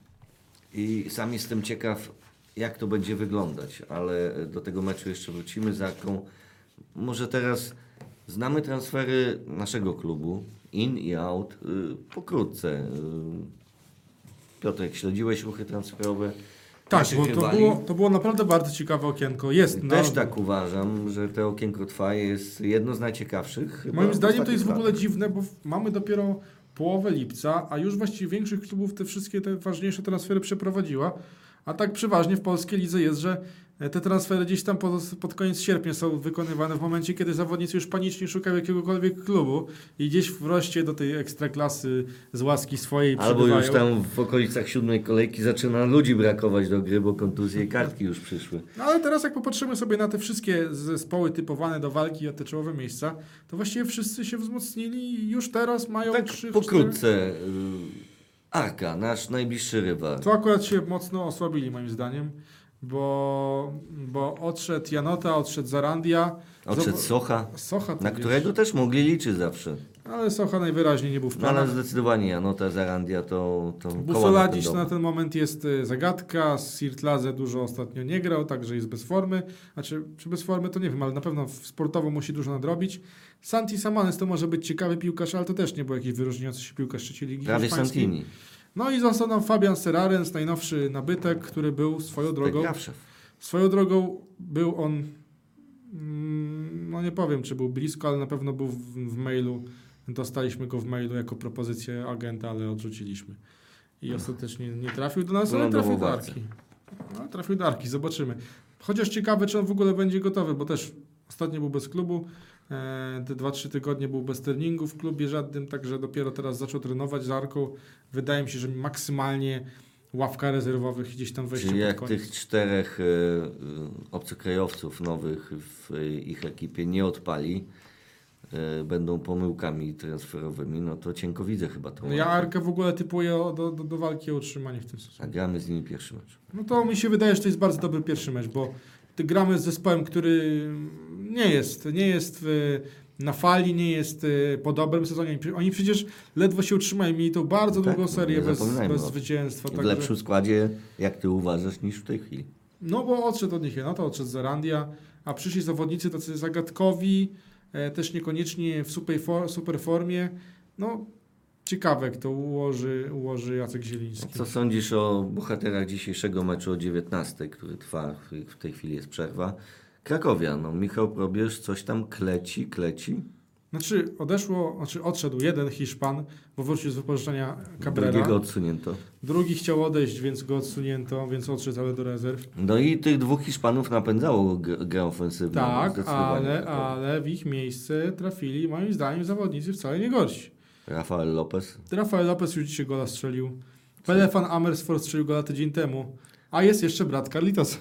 I sam jestem ciekaw, jak to będzie wyglądać, ale do tego meczu jeszcze wrócimy z Arką. Może teraz znamy transfery naszego klubu, in i out, y, pokrótce. Y, Piotrek, śledziłeś ruchy transferowe? Tak, naszych bo to rywali? było, to było naprawdę bardzo ciekawe okienko. Jest. no, Też tak uważam, że to okienko trwa, jest jedno z najciekawszych. chyba Moim w zdaniem to jest w ostatnich ogóle latach. dziwne, bo w- mamy dopiero połowę lipca, a już właściwie większość klubów te wszystkie te ważniejsze transfery przeprowadziła. A tak przeważnie w polskiej lidze jest, że te transfery gdzieś tam pod, pod koniec sierpnia są wykonywane w momencie, kiedy zawodnicy już panicznie szukają jakiegokolwiek klubu i gdzieś wroście do tej ekstraklasy z łaski swojej Albo przybywają. już tam w okolicach siódmej kolejki zaczyna ludzi brakować do gry, bo kontuzje i kartki już przyszły. No ale teraz jak popatrzymy sobie na te wszystkie zespoły typowane do walki o te czołowe miejsca, to właściwie wszyscy się wzmocnili i już teraz mają Tak trzy, cztery... pokrótce. y, Arka, nasz najbliższy rywal. To akurat się mocno osłabili moim zdaniem, bo, bo odszedł Janota, odszedł Zarandia. Odszedł Zob- Socha, Socha to na wiesz, którego też mogli liczyć zawsze. ale Socha najwyraźniej nie był w No ale planach. zdecydowanie Janota, Zarandia to, to koła Busoladziś napędowe. na ten moment jest y, zagadka, Sirtlaze dużo ostatnio nie grał, także jest bez formy. Znaczy, czy bez formy to nie wiem, ale na pewno w- sportowo musi dużo nadrobić. Santi Samanes to może być ciekawy piłkarz, ale to też nie był jakiś wyróżniający się piłkarz trzeciej ligi Prawie hiszpańskiej. Santini. No i został nam Fabian Serarens, najnowszy nabytek, który był swoją drogą... Zawsze. Swoją drogą był on, mm, no nie powiem, czy był blisko, ale na pewno był w, w mailu. Dostaliśmy go w mailu jako propozycję agenta, ale odrzuciliśmy. I ostatecznie nie trafił do nas, ale Wylądował trafił w do Arce. Arki. No, trafił do Arki, zobaczymy. Chociaż ciekawe, czy on w ogóle będzie gotowy, bo też ostatnio był bez klubu. E, te dwa trzy tygodnie był bez treningu w klubie żadnym, także dopiero teraz zaczął trenować z Arką. Wydaje mi się, że maksymalnie ławka rezerwowych gdzieś tam wejście Czyli pod jak koniec. tych czterech y, y, obcokrajowców nowych w y, ich ekipie nie odpali, e, będą pomyłkami transferowymi, no to cienko widzę chyba to. No ja Arkę w ogóle typuję o, do, do, do walki o utrzymanie w tym sezonie. A gramy z nimi pierwszy mecz. No to mi się wydaje, że to jest bardzo dobry pierwszy mecz, bo ty gramy z zespołem, który nie jest, nie jest w, na fali, nie jest y, po dobrym sezonie. Oni przecież ledwo się utrzymają, mieli tą bardzo Tak, długą serię nie bez, zapominajmy bez o tym. zwycięstwa. W Także, lepszym składzie, jak ty uważasz, niż w tej chwili. no bo odszedł od nich, no to odszedł Zarandia, a przyszli zawodnicy tacy zagadkowi, e, też niekoniecznie w super, for, super formie. No ciekawe, jak to ułoży, ułoży Jacek Zieliński. Co sądzisz o bohaterach dzisiejszego meczu o dziewiętnastej, który trwa, w tej chwili jest przerwa? Krakowia, no Michał Probierz coś tam kleci, kleci. Znaczy odeszło, znaczy odszedł jeden Hiszpan, bo wrócił z wypożyczenia Cabrera. Drugiego odsunięto. Drugi chciał odejść, więc go odsunięto, więc odszedł ale do rezerw. No i tych dwóch Hiszpanów napędzało g- grę ofensywną. Tak, zdecydowanie. ale, ale w ich miejsce trafili moim zdaniem zawodnicy wcale nie gorsi. Rafael Lopez. Rafael Lopez już dzisiaj gola strzelił. Pelefan Amersfoort strzelił gola tydzień temu. A jest jeszcze brat Carlitos.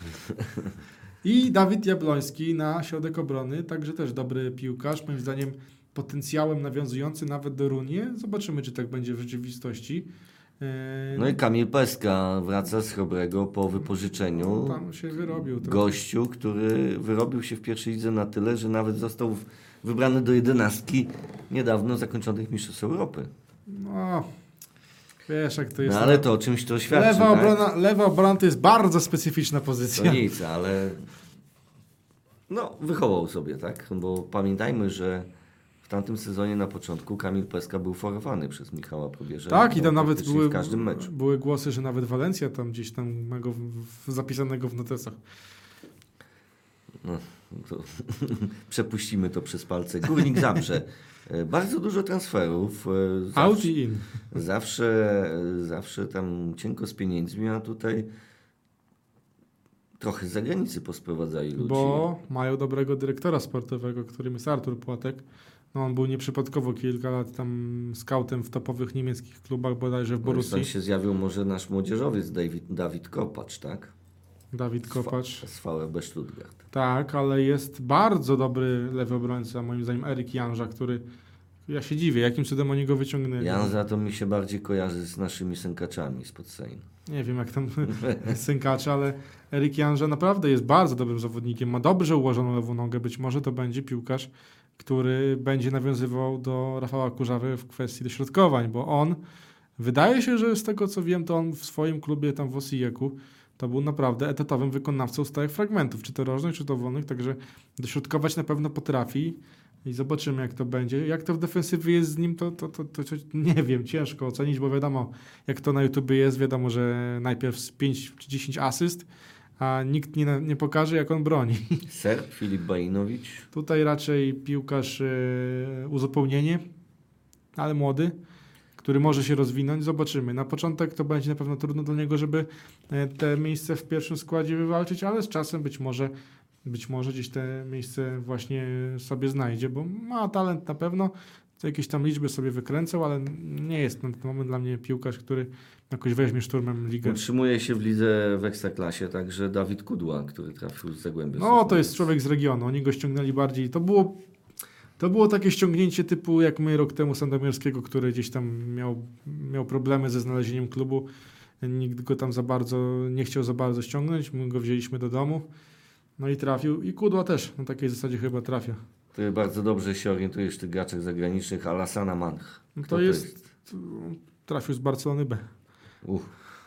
I Dawid Jabloński na środek obrony, także też dobry piłkarz. Moim zdaniem potencjałem nawiązujący nawet do Runie. Zobaczymy, czy tak będzie w rzeczywistości. Eee, No i Kamil Peska wraca z Chrobrego po wypożyczeniu. Tam się wyrobił. trochę. Gościu, który wyrobił się w pierwszej lidze na tyle, że nawet został w- wybrany do jedenastki niedawno zakończonych Mistrzostw Europy. No, wiesz jak to jest. No ale to o czymś to świadczy, lewa, tak? obrona, lewa obrona to jest bardzo specyficzna pozycja. To nic, ale no wychował sobie, tak? Bo pamiętajmy, że w tamtym sezonie na początku Kamil Peska był forowany przez Michała Probierza. Tak, i No, tam nawet praktycznie były, w każdym meczu. były głosy, że nawet Walencja tam gdzieś tam ma go w, w, zapisanego w notesach. No, to przepuścimy to przez palce. Górnik Zabrze. E, Bardzo dużo transferów. e, Zawsze, Out i in. zawsze, zawsze tam cienko z pieniędzmi, a tutaj trochę z zagranicy posprowadzali ludzi. Bo mają dobrego dyrektora sportowego, którym jest Artur Płatek. No, on był nieprzypadkowo kilka lat tam skautem w topowych niemieckich klubach, bodajże w No i Borussii. stąd się zjawił może nasz młodzieżowiec David, Dawid Kopacz, tak? Dawid Kopacz. Z V fB Stuttgart. Tak, ale jest bardzo dobry lewy obrońca, moim zdaniem Erik Janża, który... Ja się dziwię, jakim cudem oni go wyciągnęli. Jan za to mi się bardziej kojarzy z naszymi sękaczami spod Sejn. Nie wiem, jak tam synkacze, ale Erik Janża naprawdę jest bardzo dobrym zawodnikiem. Ma dobrze ułożoną lewą nogę. Być może to będzie piłkarz, który będzie nawiązywał do Rafała Kurzawy w kwestii dośrodkowań, bo on, wydaje się, że z tego co wiem, to on w swoim klubie tam w Osijeku to był naprawdę etatowym wykonawcą stałych fragmentów, czy to rożnych, czy to wolnych, także dośrodkować na pewno potrafi. I zobaczymy, jak to będzie. Jak to w defensywie jest z nim, to, to, to, to, to nie wiem, ciężko ocenić, bo wiadomo, jak to na YouTubie jest, wiadomo, że najpierw z pięć czy dziesięć asyst, a nikt nie, nie pokaże, jak on broni. Serb Filip Bajinowicz. Tutaj raczej piłkarz e, uzupełnienie, ale młody, który może się rozwinąć. Zobaczymy. Na początek to będzie na pewno trudno dla niego, żeby e, te miejsce w pierwszym składzie wywalczyć, ale z czasem być może Być może gdzieś te miejsce właśnie sobie znajdzie, bo ma talent na pewno, jakieś tam liczby sobie wykręcał, ale nie jest na ten moment dla mnie piłkarz, który jakoś weźmie szturmem ligę. Utrzymuje się w lidze w Ekstraklasie także Dawid Kudła, który trafił z Zagłębia. No to jest człowiek z regionu, oni go ściągnęli bardziej. To było, to było takie ściągnięcie typu jak my rok temu Sandomierskiego, który gdzieś tam miał, miał problemy ze znalezieniem klubu. Nikt go tam za bardzo nie chciał za bardzo ściągnąć, my go wzięliśmy do domu. No i trafił. I Kudła też na takiej zasadzie chyba trafia. Ty bardzo dobrze się orientujesz w tych graczach zagranicznych. Alassana Manch. No Kto to jest, trafił z Barcelony B. Uch.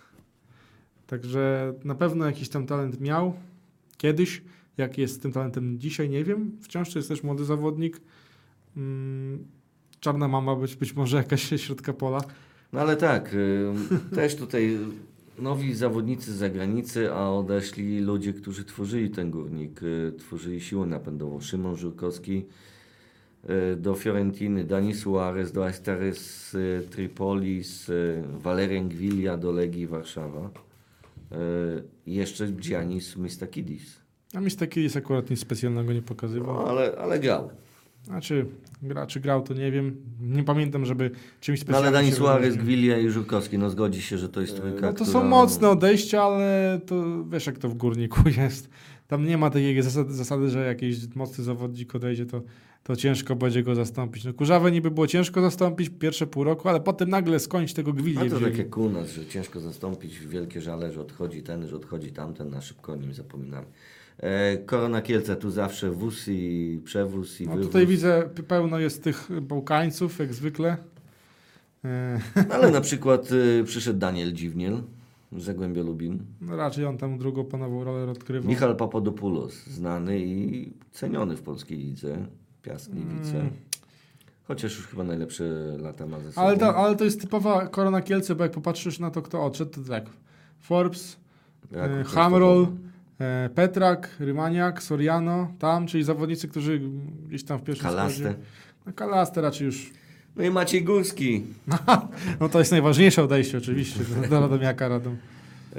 Także na pewno jakiś tam talent miał kiedyś. Jak jest z tym talentem dzisiaj, nie wiem. Wciąż to jest też młody zawodnik. Mm, czarna mama, być, być może jakaś środka pola. No ale tak, y, też tutaj nowi zawodnicy z zagranicy, a odeszli ludzie, którzy tworzyli ten Górnik, y, tworzyli siłę napędową. Szymon Żurkowski y, do Fiorentiny, Dani Suarez do Asteres y, Tripolis, y, Valerian Gwilia do Legii Warszawa y, i jeszcze Giannis Mistakidis. A mi taki jest akurat nic specjalnego nie pokazywał. No, ale, ale grał. Znaczy, gra, czy grał, to nie wiem. Nie pamiętam, żeby czymś No, specjalnym ale Dani się Suarez, wyróżnił. Gwilia i Żurkowski, no zgodzi się, że to jest trójka, No to która... są mocne odejścia, ale to wiesz jak to w Górniku jest. Tam nie ma takiej zasady, zasady, że jakiś mocny zawodnik odejdzie, to to ciężko będzie go zastąpić. No Kurzawę niby było ciężko zastąpić pierwsze pół roku, ale potem nagle skądź tego Gwilję A to wzięli. tak jak u nas, że ciężko zastąpić, wielkie żale, że odchodzi ten, że odchodzi tamten, na szybko o nim zapominamy. E, Korona Kielce tu zawsze wóz i przewóz i No wywóz. tutaj widzę, pełno jest tych Bałkańców, jak zwykle. E, Ale na przykład y, przyszedł Daniel Dziwniel z Zagłębia Lubin. No raczej on tam drugą panową rolę odgrywał. Michal Papadopoulos, znany i ceniony w polskiej lidze. Piast Gliwice. Mm. Chociaż już chyba najlepsze lata ma ze sobą. Ale to, ale to jest typowa Korona Kielce, bo jak popatrzysz na to, kto odszedł, to tak. Forbes, Jakub e, Częstochowa. Hamrol, e, Petrak, Rymaniak, Soriano, tam, czyli zawodnicy, którzy gdzieś tam w pierwszym Kalaste. składzie. No Kalaste raczej już. No i Maciej Górski. No to jest najważniejsze odejście oczywiście do Radomiaka Radom. E,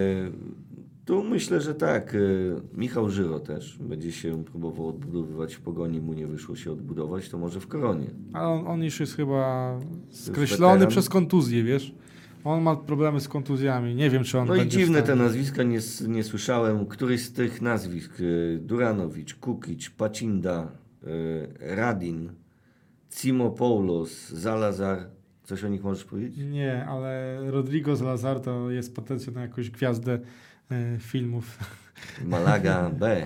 tu myślę, że tak. E, Michał Żyro też będzie się próbował odbudowywać w Pogoni, mu nie wyszło się odbudować, to może w Koronie. Ale on, on już jest chyba skreślony weteran. przez kontuzję, wiesz? On ma problemy z kontuzjami. Nie wiem, czy on No i będzie dziwne w te stanie. nazwiska, nie, s- nie słyszałem. Któryś z tych nazwisk, e, Duranowicz, Kukic, Pacinda, e, Radin, Cimopoulos, Zalazar. Coś o nich możesz powiedzieć? Nie, ale Rodrigo Salazar to jest potencjał na jakąś gwiazdę e, filmów. Malaga B.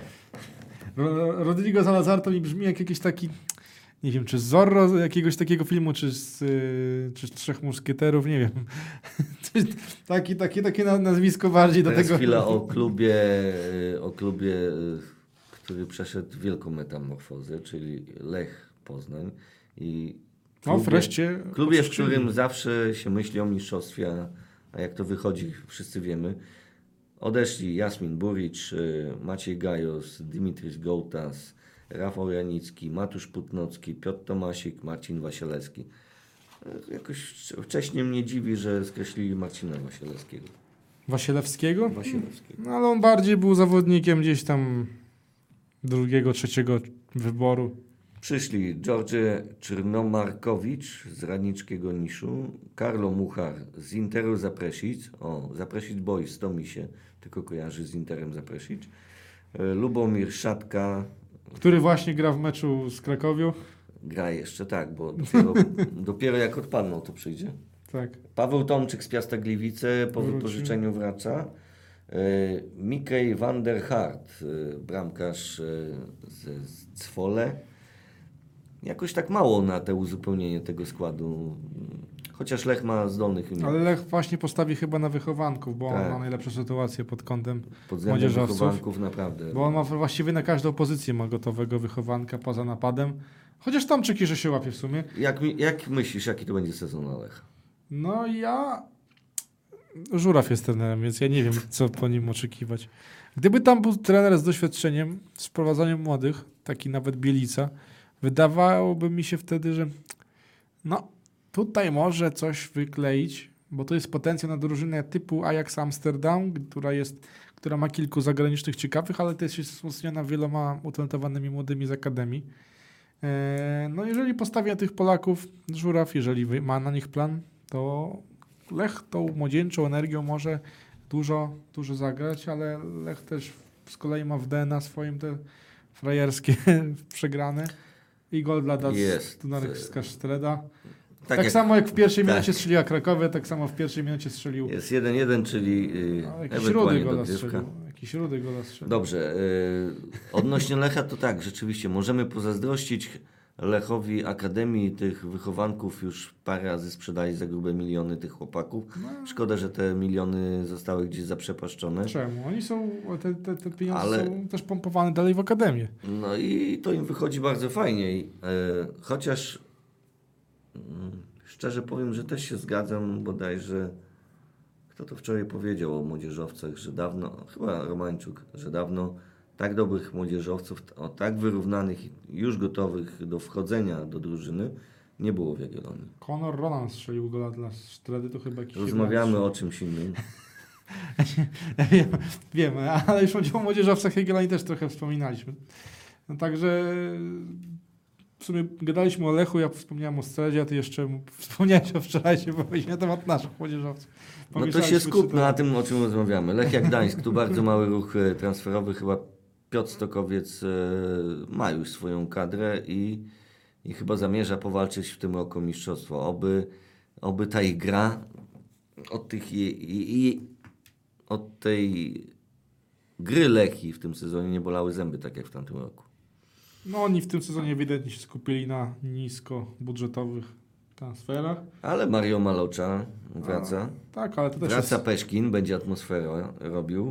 Ro, Rodrigo Salazar to mi brzmi jak jakiś taki, nie wiem, czy z Zorro, z jakiegoś takiego filmu, czy z, y, czy z Trzech Muszkieterów, nie wiem. Coś- taki, taki, takie na- nazwisko bardziej do Teraz tego. chwila o klubie, e, o klubie, e, który przeszedł wielką metamorfozę, czyli Lech Poznań. I No klubie, wreszcie. klubie, w oczyszczyli. którym zawsze się myśli o mistrzostwie, a- a jak to wychodzi, wszyscy wiemy. Odeszli Jasmin Buric, y, Maciej Gajos, Dimitris Gołtas, Rafał Janicki, Matusz Putnocki, Piotr Tomasik, Marcin Wasielewski. Y, Jakoś wcześniej mnie dziwi, że skreślili Marcina Wasielewskiego. Wasielewskiego? Wasielewskiego. No ale on bardziej był zawodnikiem gdzieś tam drugiego, trzeciego wyboru. Przyszli George Czernomarkowicz z Radniczkiego Niszu, Karlo Muchar z Interu Zapresic, o, Zapresic Boys, to mi się tylko kojarzy z Interem Zapresic, y, Lubomir Szatka, Który właśnie gra w meczu z Krakowią. gra jeszcze, tak, bo dopiero, dopiero jak odpadną to przyjdzie. Tak. Paweł Tomczyk z Piasta Gliwice po Wrócił. wypożyczeniu wraca. Y, Mikej van der Hart, y, bramkarz y, z, z Cwole. Jakoś tak mało na te uzupełnienie tego składu. Chociaż Lech ma zdolnych Ale juniorów. Lech właśnie postawi chyba na wychowanków, bo Tak. on ma najlepszą sytuację pod kątem, Pod względem młodzieżowców. wychowanków naprawdę. bo on ma właściwie na każdą pozycję ma gotowego wychowanka poza napadem. Chociaż Tomczyk że się łapie w sumie. Jak, mi- jak myślisz, jaki to będzie sezon na Lecha? No ja... Żuraw jest trenerem, więc ja nie wiem, co po nim oczekiwać. Gdyby tam był trener z doświadczeniem, z wprowadzaniem młodych, taki nawet Bielica, wydawałoby mi się wtedy, że no tutaj może coś wykleić, bo to jest potencjał na drużynę typu Ajax Amsterdam, która jest, która ma kilku zagranicznych ciekawych, ale też jest wzmocniona wieloma utalentowanymi młodymi z akademii. Eee, No jeżeli postawi na tych Polaków Żuraw, jeżeli wy- ma na nich plan, to Lech tą młodzieńczą energią może dużo, dużo zagrać, ale Lech też z kolei ma w D N A swoim te frajerskie przegrane i gol dla Jest. Dunarska Sztreda. Tak, Tak, jak samo jak w pierwszej tak. minucie strzeliła Krakowie, tak samo w pierwszej minucie strzelił. jest jeden jeden, czyli yy, No, jakiś rudy ewentualnie gola dogrywka. strzelił. Jakiś rudy gola strzelił. Dobrze. Yy, odnośnie Lecha to tak, rzeczywiście możemy pozazdrościć Lechowi Akademii tych wychowanków. Już parę razy sprzedali za grube miliony tych chłopaków. No, Szkoda, że te miliony zostały gdzieś zaprzepaszczone. czemu? Oni są, te, te, te pieniądze Ale- są też pompowane dalej w akademię. No i to im wychodzi bardzo fajnie. I, e, chociaż mm, szczerze powiem, że też się zgadzam bodajże, kto to wczoraj powiedział o młodzieżowcach, że dawno, chyba Romańczuk, że dawno tak dobrych młodzieżowców, o tak wyrównanych i już gotowych do wchodzenia do drużyny nie było w Jagiellonii. Conor Ronan strzelił gola dla Sztredy, to chyba jakiś... Rozmawiamy o czymś innym. Wiem, wiemy, ale już o młodzieżowcach Jagiellonii też trochę wspominaliśmy. No także w sumie gadaliśmy o Lechu, ja wspomniałem o Stredzie, a ty jeszcze wspomniałeś o wczorajszym, bo byliśmy na temat naszych młodzieżowców. No to się Pomieszaliśmy skup trzy na tematy. tym, o czym rozmawiamy. Lech jak Gdańsk, tu bardzo mały ruch e, transferowy, chyba Piotr Stokowiec e, ma już swoją kadrę i, i chyba zamierza powalczyć w tym roku o mistrzostwo. Oby, oby ta ich gra od, tych, i, i, i, od tej gry Lechii w tym sezonie nie bolały zęby, tak jak w tamtym roku. No oni w tym sezonie ewidentnie się skupili na niskobudżetowych transferach. Ale Mario Malocza wraca. A, tak, ale to też Wraca jest... Peszkin, będzie atmosferę robił.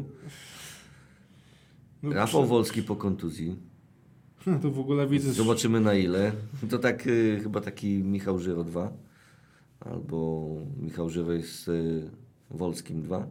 No, Rafał przy- Wolski po kontuzji. No, to w ogóle widzę... że- Zobaczymy na ile. To tak y, chyba taki Michał Żyro dwa. Albo Michał Żyro z y, Wolskim dwa.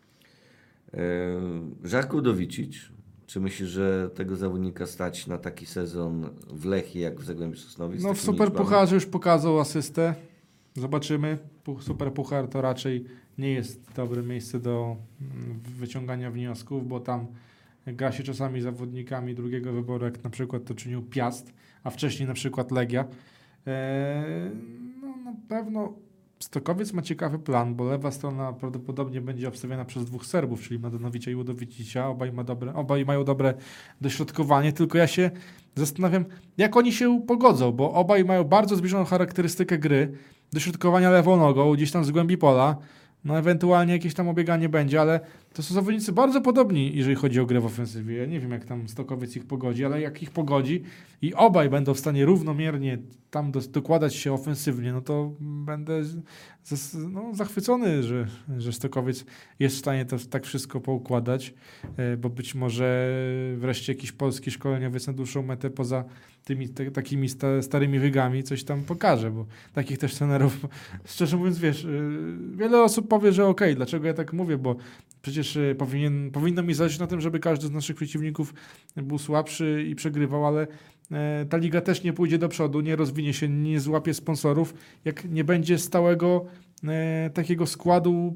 Y, Żarku Udowicic. Czy myślisz, że tego zawodnika stać na taki sezon w Lechii jak w Zagłębiu Sosnowiec? z No w takimi Super liczbami? Pucharze już pokazał asystę. Zobaczymy. Pu- Super Puchar to raczej nie jest dobre miejsce do mm, wyciągania wniosków, bo tam gra się czasami zawodnikami drugiego wyboru, jak na przykład to czynił Piast, a wcześniej na przykład Legia. Eee, no na pewno Stokowiec ma ciekawy plan, bo lewa strona prawdopodobnie będzie obstawiona przez dwóch Serbów, czyli Mladenowicza i Udowicicia. Obaj, ma dobre, obaj mają dobre dośrodkowanie, tylko ja się zastanawiam, jak oni się pogodzą, bo obaj mają bardzo zbliżoną charakterystykę gry, dośrodkowania lewą nogą, gdzieś tam z głębi pola, no ewentualnie jakieś tam obieganie będzie, ale to są zawodnicy bardzo podobni, jeżeli chodzi o grę w ofensywie. Ja nie wiem, jak tam Stokowiec ich pogodzi, ale jak ich pogodzi i obaj będą w stanie równomiernie tam do, dokładać się ofensywnie, no to będę z, z, no, zachwycony, że, że Stokowiec jest w stanie to tak wszystko poukładać, e, bo być może wreszcie jakiś polski szkoleniowiec na dłuższą metę poza tymi te, takimi sta, starymi wygami coś tam pokaże, bo takich też trenerów, szczerze mówiąc, wiesz, yy, wiele osób powie, że okej, okay, dlaczego ja tak mówię, bo przecież yy, powinien, powinno mi zależeć na tym, żeby każdy z naszych przeciwników był słabszy i przegrywał, ale yy, ta liga też nie pójdzie do przodu, nie rozwinie się, nie złapie sponsorów, jak nie będzie stałego yy, takiego składu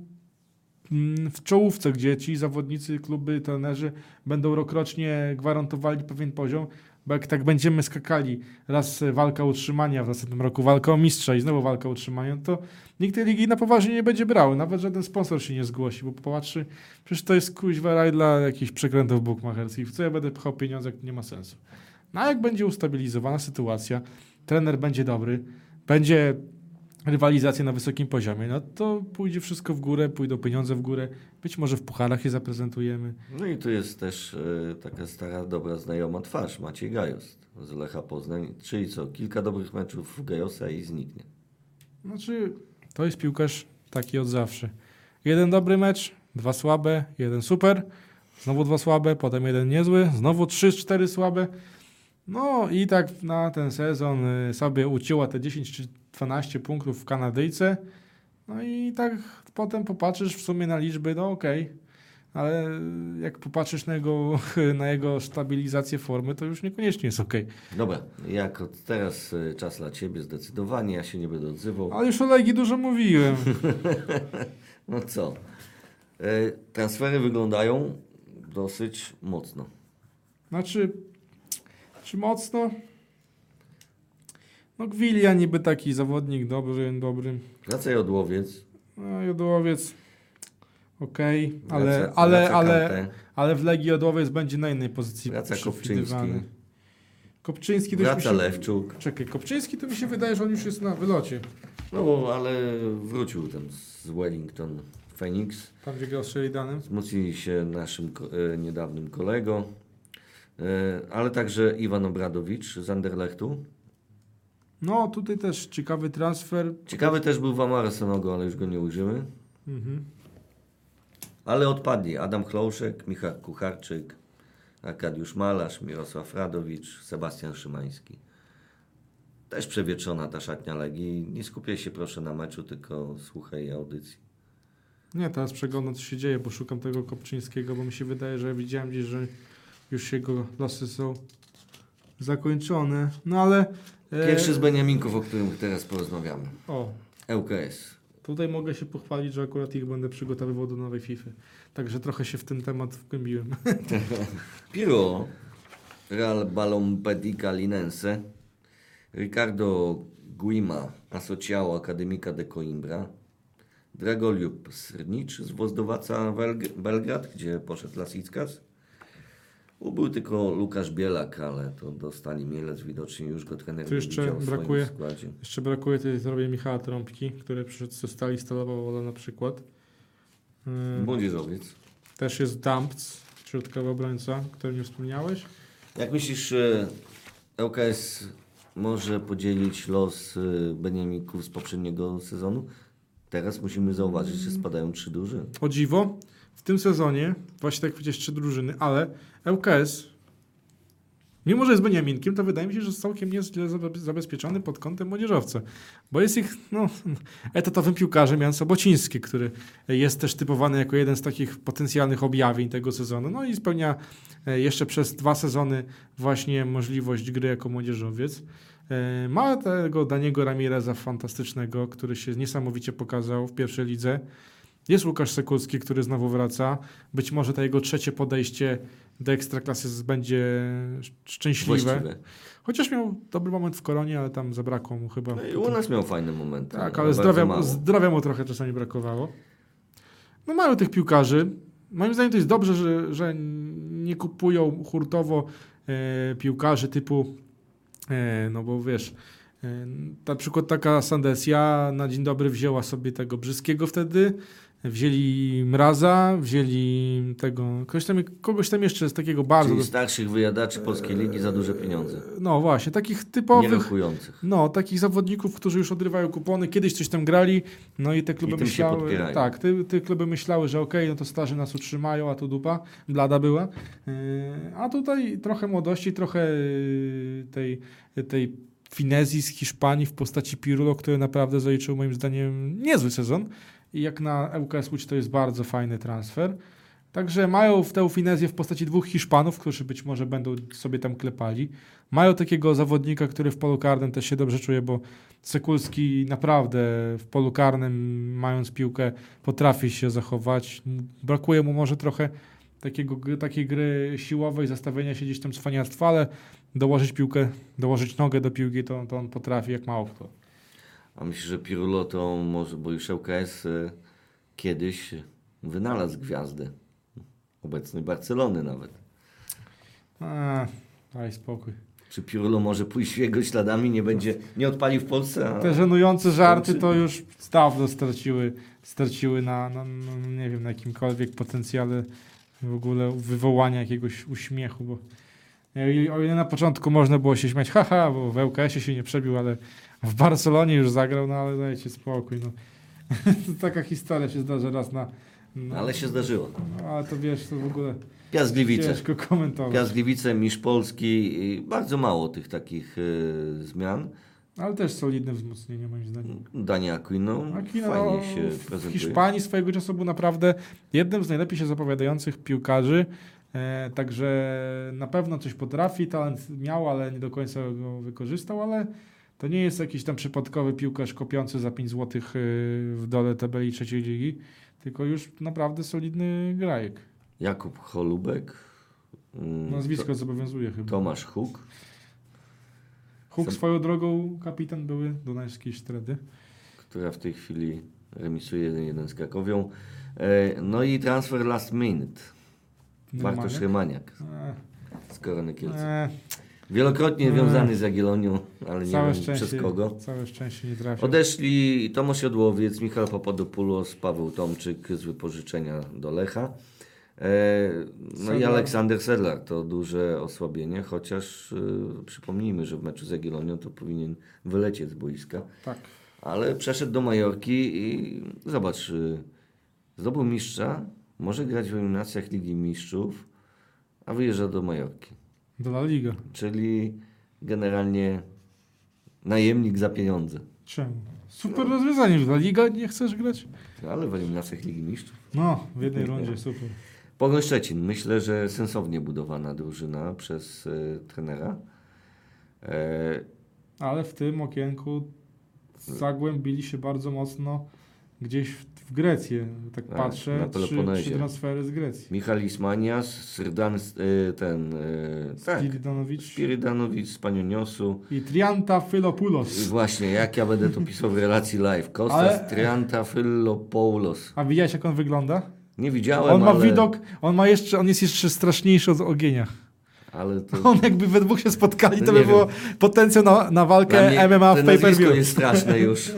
w czołówce, gdzie ci zawodnicy, kluby, trenerzy będą rokrocznie gwarantowali pewien poziom, bo jak tak będziemy skakali, raz walka o utrzymania, w następnym roku walka o mistrza i znowu walka o utrzymania, to nikt tej ligi na poważnie nie będzie brał. Nawet żaden sponsor się nie zgłosi, bo popatrzy, przecież to jest kuźwa raj dla jakichś przekrętów bukmacherskich. W co ja będę pchał pieniądze, jak to nie ma sensu. No a jak będzie ustabilizowana sytuacja, trener będzie dobry, będzie rywalizacja na wysokim poziomie, no to pójdzie wszystko w górę, pójdą pieniądze w górę, być może w pucharach je zaprezentujemy. No i tu jest też y, taka stara, dobra, znajoma twarz, Maciej Gajos z Lecha Poznań. Czyli co, kilka dobrych meczów Gajosa i zniknie. Znaczy, to jest piłkarz taki od zawsze. Jeden dobry mecz, dwa słabe, jeden super, znowu dwa słabe, potem jeden niezły, znowu trzy, cztery słabe. No i tak na ten sezon y, sobie ucięła te dziesięć czy dwanaście punktów w Kanadyjce. No i tak potem popatrzysz w sumie na liczby, no okej. Okay. Ale jak popatrzysz na jego, na jego stabilizację formy, to już niekoniecznie jest okej. Okay. Dobra, jak od teraz y, czas dla Ciebie zdecydowanie, ja się nie będę odzywał. Ale już o Legii dużo mówiłem. No co, y, transfery wyglądają dosyć mocno. Znaczy, czy mocno? No Gwilia niby taki zawodnik dobry, dobry. Wraca Jodłowiec. No Jodłowiec okej, okay, ale, Wraca, ale, wraca ale, Kante. ale w Legii Jodłowiec będzie na innej pozycji. Wraca przewidywany. Kopczyński. Kopczyński to już mi Wraca się... Lewczuk. Czekaj, Kopczyński to mi się wydaje, że on już jest na wylocie. No bo, ale wrócił ten z Wellington Phoenix. Tam gdzie grał z Sheridanem. Wzmocnili się naszym ko- e, niedawnym kolego. E, ale także Iwan Obradowicz z Anderlechtu. No tutaj też ciekawy transfer. Ciekawy też był Wamara Sonogo, ale już go nie ujrzymy. Mhm. Ale odpadli Adam Chlouszek, Michał Kucharczyk, Arkadiusz Malarz, Mirosław Radowicz, Sebastian Szymański. Też przewietrzona ta szatnia Legii. Nie skupiaj się proszę na meczu, tylko słuchaj audycji. Nie, teraz przeglądam co się dzieje, bo szukam tego Kopczyńskiego, bo mi się wydaje, że widziałem gdzieś, że już jego losy są zakończone. No ale... E... Pierwszy z Beniaminków, o którym teraz porozmawiamy. O, L K S. tutaj mogę się pochwalić, że akurat ich będę przygotowywał do nowej FIFA. Także trochę się w ten temat wgłębiłem. Piro, Real Balompedica Linense, Ricardo Guima, Asociało Akademika de Coimbra, Dragoliub Srnicz z Wozdowaca Belg- Belgrad, gdzie poszedł Lasickas, Był tylko Łukasz Bielak, ale to dostali Mielec, widocznie już go trener Tu nie jeszcze widział w brakuje- swoim składzie. Jeszcze brakuje tutaj zrobię Michała Trąbki, który przyszedł ze Stali Stalowa Wola na przykład. Yy, Młodzieżowiec. Też jest Dampc, środkowy obrońca, o którym nie wspomniałeś. Jak myślisz, e, L K S może podzielić los e, Beniamików z poprzedniego sezonu? Teraz musimy zauważyć, że spadają trzy drużyny. O dziwo, w tym sezonie, właśnie tak jak powiedziałeś, trzy drużyny, ale L K S, mimo że jest Beniaminkiem, to wydaje mi się, że jest całkiem nieźle zabe- zabezpieczony pod kątem młodzieżowca. Bo jest ich no, etatowym piłkarzem Jan Sobociński, który jest też typowany jako jeden z takich potencjalnych objawień tego sezonu. No i spełnia e, jeszcze przez dwa sezony właśnie możliwość gry jako młodzieżowiec. E, Ma tego Daniego Ramireza fantastycznego, który się niesamowicie pokazał w pierwszej lidze. Jest Łukasz Sekulski, który znowu wraca. Być może to jego trzecie podejście do Ekstraklasy będzie szczęśliwe. Właściwe. Chociaż miał dobry moment w Koronie, ale tam zabrakło mu chyba. No i u nas miał fajny moment. Tak, ale zdrowia, zdrowia mu trochę czasami brakowało. No mają tych piłkarzy. Moim zdaniem to jest dobrze, że, że nie kupują hurtowo e, piłkarzy typu, e, no bo wiesz, e, na przykład taka Sandesia na dzień dobry wzięła sobie tego Brzyskiego wtedy, wzięli Mraza, wzięli tego, kogoś tam, kogoś tam jeszcze z takiego bardzo... Czyli starszych wyjadaczy polskiej ligi za duże pieniądze. No właśnie, takich typowych... Nierokujących. No, takich zawodników, którzy już odrywają kupony, kiedyś coś tam grali, no i te kluby I tym się myślały, podpierają. tak, te, te kluby myślały, że okej, no to starzy nas utrzymają, a tu dupa, blada była. Yy, a tutaj trochę młodości, trochę yy, tej, tej finezji z Hiszpanii w postaci Pirulo, który naprawdę zaliczył moim zdaniem niezły sezon. I jak na L K S Łódź to jest bardzo fajny transfer. Także mają w tę finezję w postaci dwóch Hiszpanów, którzy być może będą sobie tam klepali. Mają takiego zawodnika, który w polu karnym też się dobrze czuje, bo Sekulski naprawdę w polu karnym, mając piłkę, potrafi się zachować. Brakuje mu może trochę takiego, takiej gry siłowej, zastawienia się gdzieś tam cwaniactwa, ale dołożyć piłkę, dołożyć nogę do piłki, to, to on potrafi jak mało kto. A myślę, że Pirulo to może, bo już L K S y, kiedyś wynalazł gwiazdę. Obecnej Barcelony nawet. A, daj spokój. Czy Pirulo może pójść w jego śladami, nie będzie, nie odpali w Polsce? A... Te żenujące żarty to już dawno straciły, straciły na, na, na, nie wiem, na jakimkolwiek potencjale w ogóle wywołania jakiegoś uśmiechu, bo o ile na początku można było się śmiać, haha, bo w L K S-ie się nie przebił, ale w Barcelonie już zagrał, no ale dajcie spokój, no. Taka historia się zdarza raz na... No, Ale się zdarzyło. no, ale to wiesz, to w ogóle Piast Gliwice. ciężko komentować. Piast Gliwice, mistrz Polski. i Bardzo mało tych takich y, zmian. Ale też solidne wzmocnienie moim zdaniem. Dani Aquino Aquino, fajnie no, się w prezentuje. Hiszpanii swojego czasu był naprawdę jednym z najlepiej się zapowiadających piłkarzy. E, także na pewno coś potrafi, talent miał, ale nie do końca go wykorzystał, ale to nie jest jakiś tam przypadkowy piłkarz kopiący za pięć złotych w dole tabeli trzeciej ligi, tylko już naprawdę solidny grajek. Jakub Holubek. mm, Nazwisko To, zobowiązuje chyba. Tomasz Huk. Huk Sam- swoją drogą kapitan były Dunajskiej Sztredy. która w tej chwili remisuje jeden jeden z Krakowią. E, No i transfer last minute. Bartosz Rymaniak E, z Korony Kielce. e, Wielokrotnie e. wiązany z Jagiellonią, ale nie całe wiem szczęście, przez kogo. Całe szczęście nie trafił. Odeszli Tomasz Jodłowiec, Michał Papadopoulos, Paweł Tomczyk z wypożyczenia do Lecha. E, No i Sedlar. Aleksander Sedlar to duże osłabienie, chociaż e, przypomnijmy, że w meczu z Jagiellonią to powinien wylecieć z boiska. Tak. Ale przeszedł do Majorki i zobacz, y, zdobył mistrza, może grać w eliminacjach Ligi Mistrzów, a wyjeżdża do Majorki. Do La Liga. Czyli generalnie najemnik za pieniądze. Czemu? Super rozwiązanie. W La Liga nie chcesz grać? Ale w eliminacjach Ligi Mistrzów. No, w jednej rundzie, super. Pogoń Szczecin. Myślę, że sensownie budowana drużyna przez y, trenera. E, Ale w tym okienku zagłębili się bardzo mocno gdzieś w, w Grecję. Tak A, patrzę, na trzy, Peloponezie. trzy transfery z Grecji. Michal Ismanias, Srdan, y, ten, y, tak, Spiridanowicz Spiridanowicz z Panioniosu. i Trianta I Philopoulos. Właśnie, jak ja będę to pisał w relacji live. Kostas Ale- Triantafylopoulos. A widziałeś, jak on wygląda? Nie widziałem, On ma ale widok, on ma jeszcze, on jest jeszcze straszniejszy od Ogienia. Ale to... On jakby we dwóch się spotkali, to No by nie było wiem. potencjał na, na walkę Dla mnie M M A w to pay-per-view. nazwisko jest straszne już.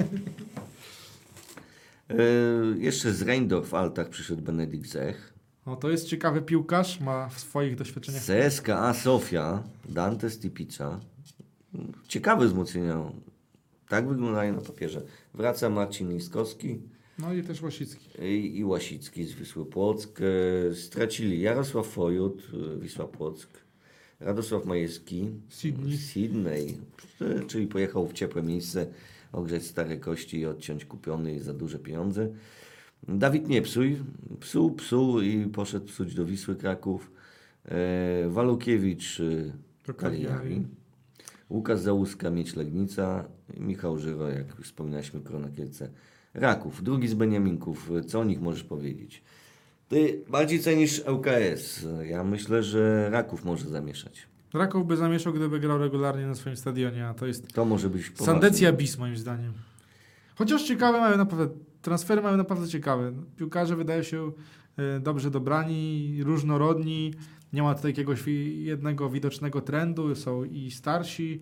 Yy, jeszcze z Reindorf w Altach przyszedł Benedykt Zech. No to jest ciekawy piłkarz, ma w swoich doświadczeniach. C S K A Sofia, Dante Stipicza. Ciekawe wzmocnienia. Tak wyglądają na papierze. Wraca Marcin Liskowski No i też Łasicki. i, i Łasicki z Wisły Płock. E, Stracili Jarosław Fojut, e, Wisła Płock. Radosław Majewski, Sydney. Sydney, e, czyli pojechał w ciepłe miejsce, ogrzeć stare kości i odciąć kupiony za duże pieniądze. Dawid Niepsuj, psuł, psuł i poszedł psuć do Wisły Kraków. E, Walukiewicz, e, To Cagliari. Cagliari. Łukasz Załuska, Miedź Legnica. Michał Żyro, jak już wspominaliśmy, Korona Kielce. Raków, drugi z Beniaminków. Co o nich możesz powiedzieć? Ty bardziej cenisz L K S. Ja myślę, że Raków może zamieszać. Raków by zamieszał, gdyby grał regularnie na swoim stadionie, a to jest To może być poważne. Sandecja bis moim zdaniem. Chociaż ciekawe mają naprawdę, transfery mają naprawdę ciekawe. Piłkarze wydają się e, dobrze dobrani, różnorodni. Nie ma tutaj jakiegoś wi- jednego widocznego trendu. Są i starsi,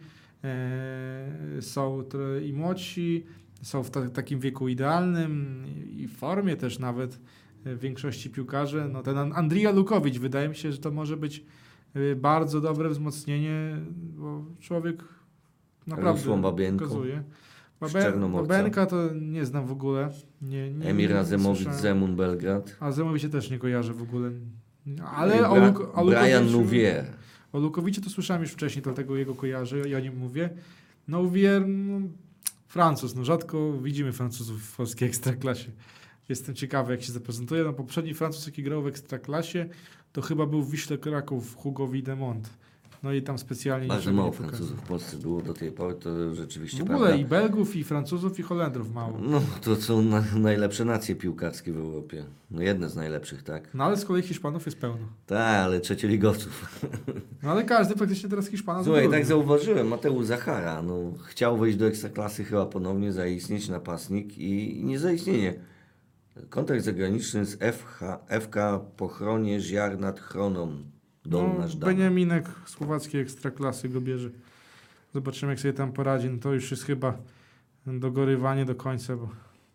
e, są tro- i młodsi, są w ta- takim wieku idealnym i w formie też nawet e, w większości piłkarzy. No ten An- Andrija Lukowicz, wydaje mi się, że to może być e, bardzo dobre wzmocnienie, bo człowiek naprawdę Rusłan Babienko. pokazuje. z Babe, Czarnomorca. Babenka to nie znam w ogóle. Nie, nie, Emir nie Azemowicz, słyszałem. Zemun Belgrad. A Zemowi się też nie kojarzy w ogóle. I Ale o, Bra- Luk- o Brian Lukowiczu- Nouvier. O Lukowiczu to słyszałem już wcześniej, dlatego jego kojarzę i o nim mówię. Nouvier, no, Francuz, no rzadko widzimy Francuzów w polskiej Ekstraklasie. Jestem ciekawy, jak się zaprezentuje. No, poprzedni Francuz, jaki grał w Ekstraklasie, to chyba był w Wiśle Kraków Hugo Wiedemont. No i tam specjalnie Bardzo niczego mało nie pokazał. Francuzów w Polsce było do tej pory, to rzeczywiście W ogóle prawda. i Belgów, i Francuzów, i Holendrów mało. No, to są na, najlepsze nacje piłkarskie w Europie. No jedne z najlepszych, tak? No ale z kolei Hiszpanów jest pełno. Tak, ale trzecioligowców. No ale każdy praktycznie teraz Hiszpana Słuchaj, zatrudnia. tak zauważyłem, Mateusz Zachara, no, chciał wejść do Ekstraklasy chyba ponownie, zaistnieć napastnik i, i nie zaistnienie. Kontrakt zagraniczny z F H, F K Pochronie Ziar nad Chroną. Dolna No, Żdana. Beniaminek słowackiej Ekstraklasy go bierze. Zobaczymy, jak sobie tam poradzi. No to już jest chyba dogorywanie do końca, bo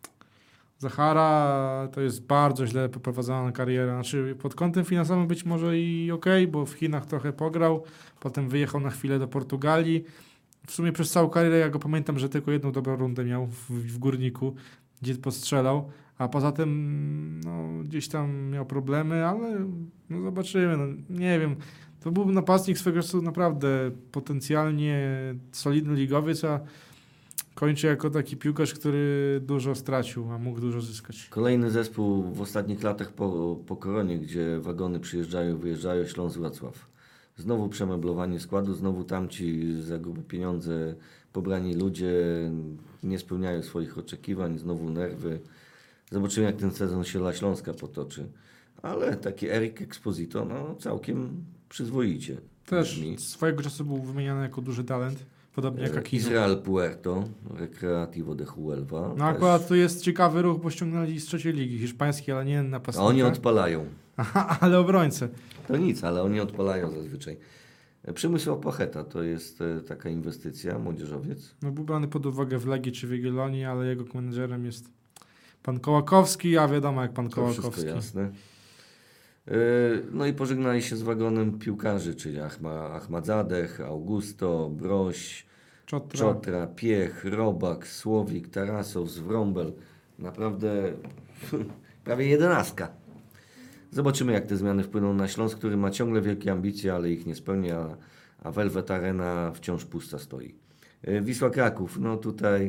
Zachara to jest bardzo źle poprowadzona kariera. Znaczy pod kątem finansowym być może i okej, bo w Chinach trochę pograł, potem wyjechał na chwilę do Portugalii. W sumie przez całą karierę ja go pamiętam, że tylko jedną dobrą rundę miał w, w Górniku, gdzie postrzelał, a poza tym no, gdzieś tam miał problemy, ale no zobaczymy. No, nie wiem, to był napastnik swego czasu naprawdę potencjalnie solidny ligowiec, a kończy jako taki piłkarz, który dużo stracił, a mógł dużo zyskać. Kolejny zespół w ostatnich latach po, po koronie, gdzie wagony przyjeżdżają, wyjeżdżają, Śląsk Wrocław. Znowu przemeblowanie składu, znowu tamci za grube pieniądze pobrani ludzie nie spełniają swoich oczekiwań, znowu nerwy. Zobaczymy, jak ten sezon się dla Śląska potoczy. Ale taki Eric Exposito, no całkiem przyzwoicie. Też brzmi. swojego czasu był wymieniany jako duży talent, podobnie jak Aquino. Israel Puerto, Recreativo de Huelva. No też. akurat tu jest ciekawy ruch, bo ściągnęli z trzeciej ligi hiszpańskiej, ale nie A napastnika. oni odpalają. Aha, ale obrońcę. To nic, ale oni odpalają zazwyczaj. Przemysław Pacheta to jest e, taka inwestycja, młodzieżowiec. No, był brany pod uwagę w Legii czy w Jagiellonii, ale jego menedżerem jest pan Kołakowski, a wiadomo jak pan To Kołakowski. wszystko jasne. E, No i pożegnali się z wagonem piłkarzy, czyli Ahma, Ahmadzadeh, Augusto, Broś, Czotra. Czotra, Piech, Robak, Słowik, Tarasow, Zwrąbel. Naprawdę prawie jedenastka. Zobaczymy, jak te zmiany wpłyną na Śląsk, który ma ciągle wielkie ambicje, ale ich nie spełnia, a Velvet Arena wciąż pusta stoi. E, Wisła Kraków, no tutaj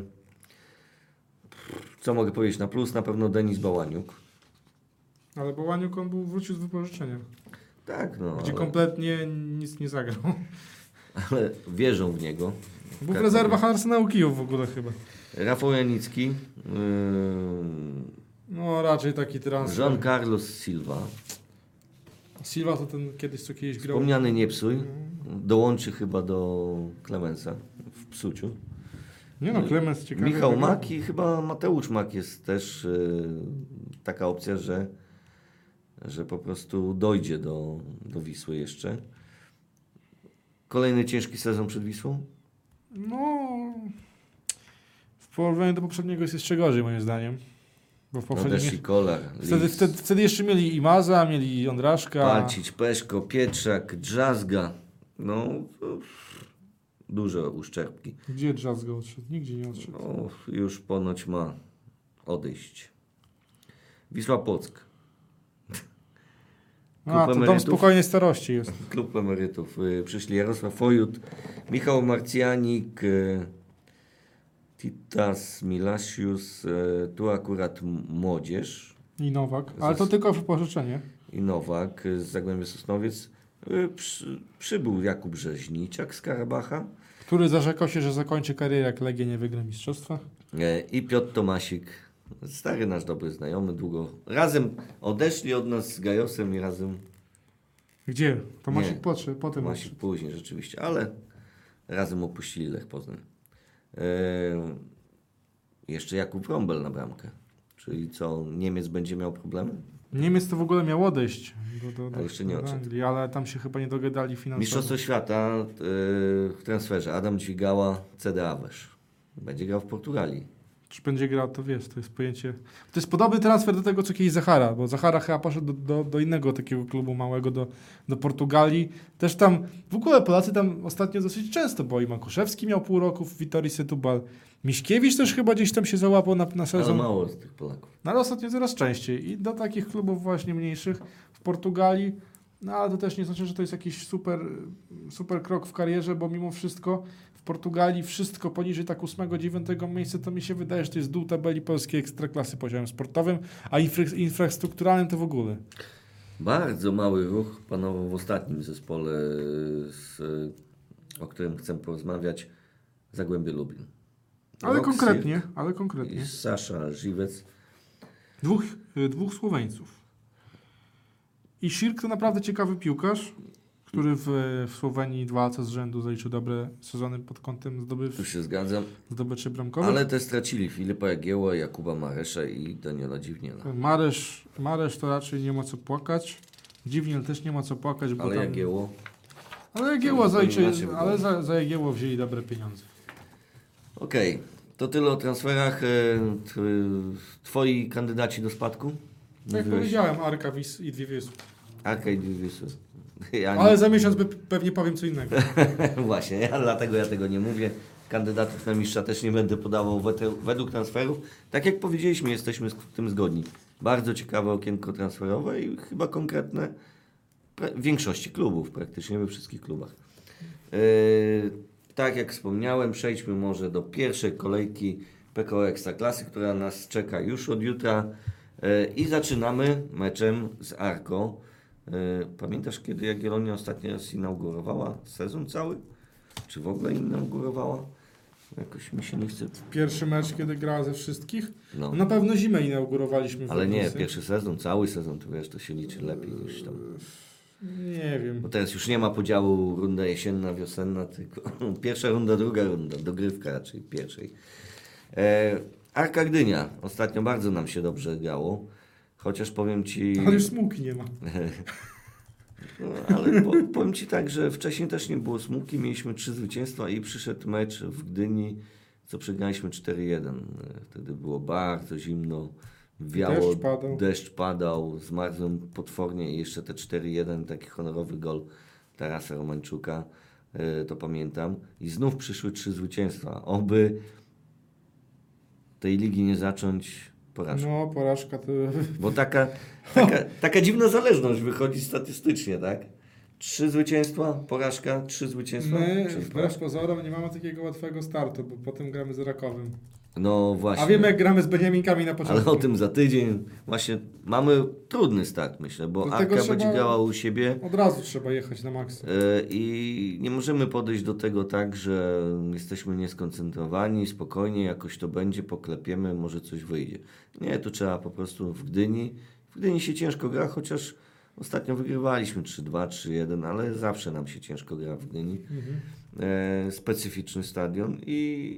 co mogę powiedzieć na plus? Na pewno Denis Bałaniuk. Ale Bołaniuk on był, wrócił z wypożyczenia, Tak, no, gdzie ale, kompletnie nic nie zagrał. ale wierzą w niego. Był w Tak. rezerwach Arsenału Kijów w ogóle chyba. Rafał Janicki, yy, No raczej taki transfer. Jean Carlos Silva, Silva to ten kiedyś co kiedyś grał. wspomniany Niepsuj, dołączy chyba do Klemensa w Psuciu. Nie no, Klemens ciekawy. Michał wygrał. Mak i chyba Mateusz Mak jest też yy, taka opcja, że, że po prostu dojdzie do, do Wisły jeszcze. Kolejny ciężki sezon przed Wisłą? No, w porównaniu do poprzedniego jest jeszcze gorzej moim zdaniem. Bo w No poprzednim... też i Kolar, wtedy, Lis, wtedy, wtedy jeszcze mieli i Maza, mieli i Ądraszka. Palcić, Peszko, Pietrzak, Drzazga. No, to duże uszczerbki. Gdzie Drzazga odszedł? Nigdzie nie odszedł. No, już ponoć ma odejść. Wisła Płock. Klub A, to dom emerytów. spokojnej starości jest. Klub emerytów. Y, Przyszli Jarosław Fojut, Michał Marcjanik, y, Titas Milasius, y, tu akurat m- młodzież I Nowak. Ale to Zas- tylko wypożyczenie. i Nowak y, z Zagłębia Sosnowiec. Y, Przy, przybył Jakub Rzeźniczak z Karabacha Który zarzekał się, że zakończy karierę, jak Legia nie wygra mistrzostwa. y, i Piotr Tomasik. Stary nasz dobry znajomy, długo. Razem odeszli od nas z Gajosem i razem Gdzie? Tomasik Nie. potrze, potem Tomasik odszedł. później rzeczywiście, ale razem opuścili Lech Poznań. E, jeszcze Jakub Wrąbel na bramkę. Czyli co, Niemiec będzie miał problemy? Niemiec to w ogóle miał odejść do, do, do, A jeszcze nie do odszedł. Anglii, ale tam się chyba nie dogadali finansowo. Mistrzostwo Świata e, w transferze. Adam Dźwigała, C D Awesz. Będzie grał w Portugalii. Czy będzie grał, to wiesz, to jest pojęcie... To jest podobny transfer do tego, co kiedyś Zachara, bo Zachara chyba poszedł do, do, do innego takiego klubu małego, do, do Portugalii. Też tam, w ogóle Polacy tam ostatnio dosyć często, bo i Makuszewski miał pół roku w Witorii Setúbal. Miśkiewicz też chyba gdzieś tam się załapał na, na Ale sezon. mało z tych Polaków. No ale ostatnio coraz częściej. I do takich klubów właśnie mniejszych w Portugalii. No ale to też nie znaczy, że to jest jakiś super, super krok w karierze, bo mimo wszystko w Portugalii wszystko poniżej tak ósmego, dziewiątego miejsca, to mi się wydaje, że to jest dół tabeli polskiej ekstraklasy poziomem sportowym, a infra- infrastrukturalnym to w ogóle. Bardzo mały ruch panował w ostatnim zespole, z, o którym chcę porozmawiać. Zagłębie Lublin. Ale Rok konkretnie, Sirk ale I konkretnie. Sasza Żywec. Dwóch, y, dwóch Słoweńców. I Sirk to naprawdę ciekawy piłkarz, który w, w Słowenii dwa lata z rzędu zaliczył dobre sezony pod kątem zdobyw, Tu się zgadzam. zdobyczy bramkowych. Ale też stracili Filipa Jagieła, Jakuba Maresza i Daniela Dziwniela. Maresz, Maresz to raczej nie ma co płakać. Dziwniel też nie ma co płakać, bo Ale tam... Jagieło. Ale Jagieło to zaliczy, inaczej ale wygląda. za, za Jagieło wzięli dobre pieniądze. Okej, to tyle o transferach. E, t- Twoi kandydaci do spadku? Tak jak Mówiłeś powiedziałem, Arka Wis i dwie Wisły. Arcade Wisły. Ja Ale za miesiąc by, pewnie powiem co innego. nie... Właśnie, ja, dlatego ja tego nie mówię. Kandydatów na mistrza też nie będę podawał wed- według transferów. Tak jak powiedzieliśmy, jesteśmy z tym zgodni. Bardzo ciekawe okienko transferowe i chyba konkretne pra- w większości klubów, praktycznie we wszystkich klubach. Yy, tak jak wspomniałem, przejdźmy może do pierwszej kolejki P K O Ekstraklasy, która nas czeka już od jutra. Yy, I zaczynamy meczem z Arką. Yy, pamiętasz, kiedy Jagiellonia ostatnio raz inaugurowała sezon cały? Czy w ogóle inaugurowała? Jakoś mi się nie chce. Pierwszy mecz, kiedy grała ze wszystkich. No. Na pewno zimę inaugurowaliśmy w Ale nie, Legnicy. pierwszy sezon, cały sezon, to wiesz, to się liczy lepiej niż tam. Nie wiem. Bo teraz już nie ma podziału runda jesienna, wiosenna, tylko pierwsza runda, druga runda, dogrywka raczej pierwszej. E, Arka Gdynia. Ostatnio bardzo nam się dobrze grało. Chociaż powiem Ci... Ale już smułki nie ma. No, ale po, powiem Ci tak, że wcześniej też nie było smuki, mieliśmy trzy zwycięstwa i przyszedł mecz w Gdyni, co przegraliśmy cztery jeden. Wtedy było bardzo zimno, wiało, Deszcz padał. deszcz padał, zmarzłem potwornie i jeszcze te cztery jeden, taki honorowy gol Tarasa Romańczuka, e, to pamiętam. I znów przyszły trzy zwycięstwa. Oby tej ligi nie zacząć porażką. No, porażka to... Bo taka, taka, taka dziwna zależność wychodzi statystycznie, tak? Trzy zwycięstwa, porażka, trzy zwycięstwa. My czyli wbrew porażka. pozorom nie mamy takiego łatwego startu, bo potem gramy z Rakowem. No właśnie. A wiemy, jak gramy z Beniaminkami na początku. Ale o tym za tydzień. Właśnie mamy trudny start, myślę, bo Dlatego Arka trzeba- będzie grała u siebie Od razu trzeba jechać na maksa. e, i nie możemy podejść do tego tak, że jesteśmy nieskoncentrowani, spokojnie, jakoś to będzie, poklepiemy, może coś wyjdzie. Nie, tu trzeba po prostu w Gdyni. W Gdyni się ciężko gra, chociaż ostatnio wygrywaliśmy trzy dwa, trzy jeden, ale zawsze nam się ciężko gra w Gdyni. Mhm. E, specyficzny stadion i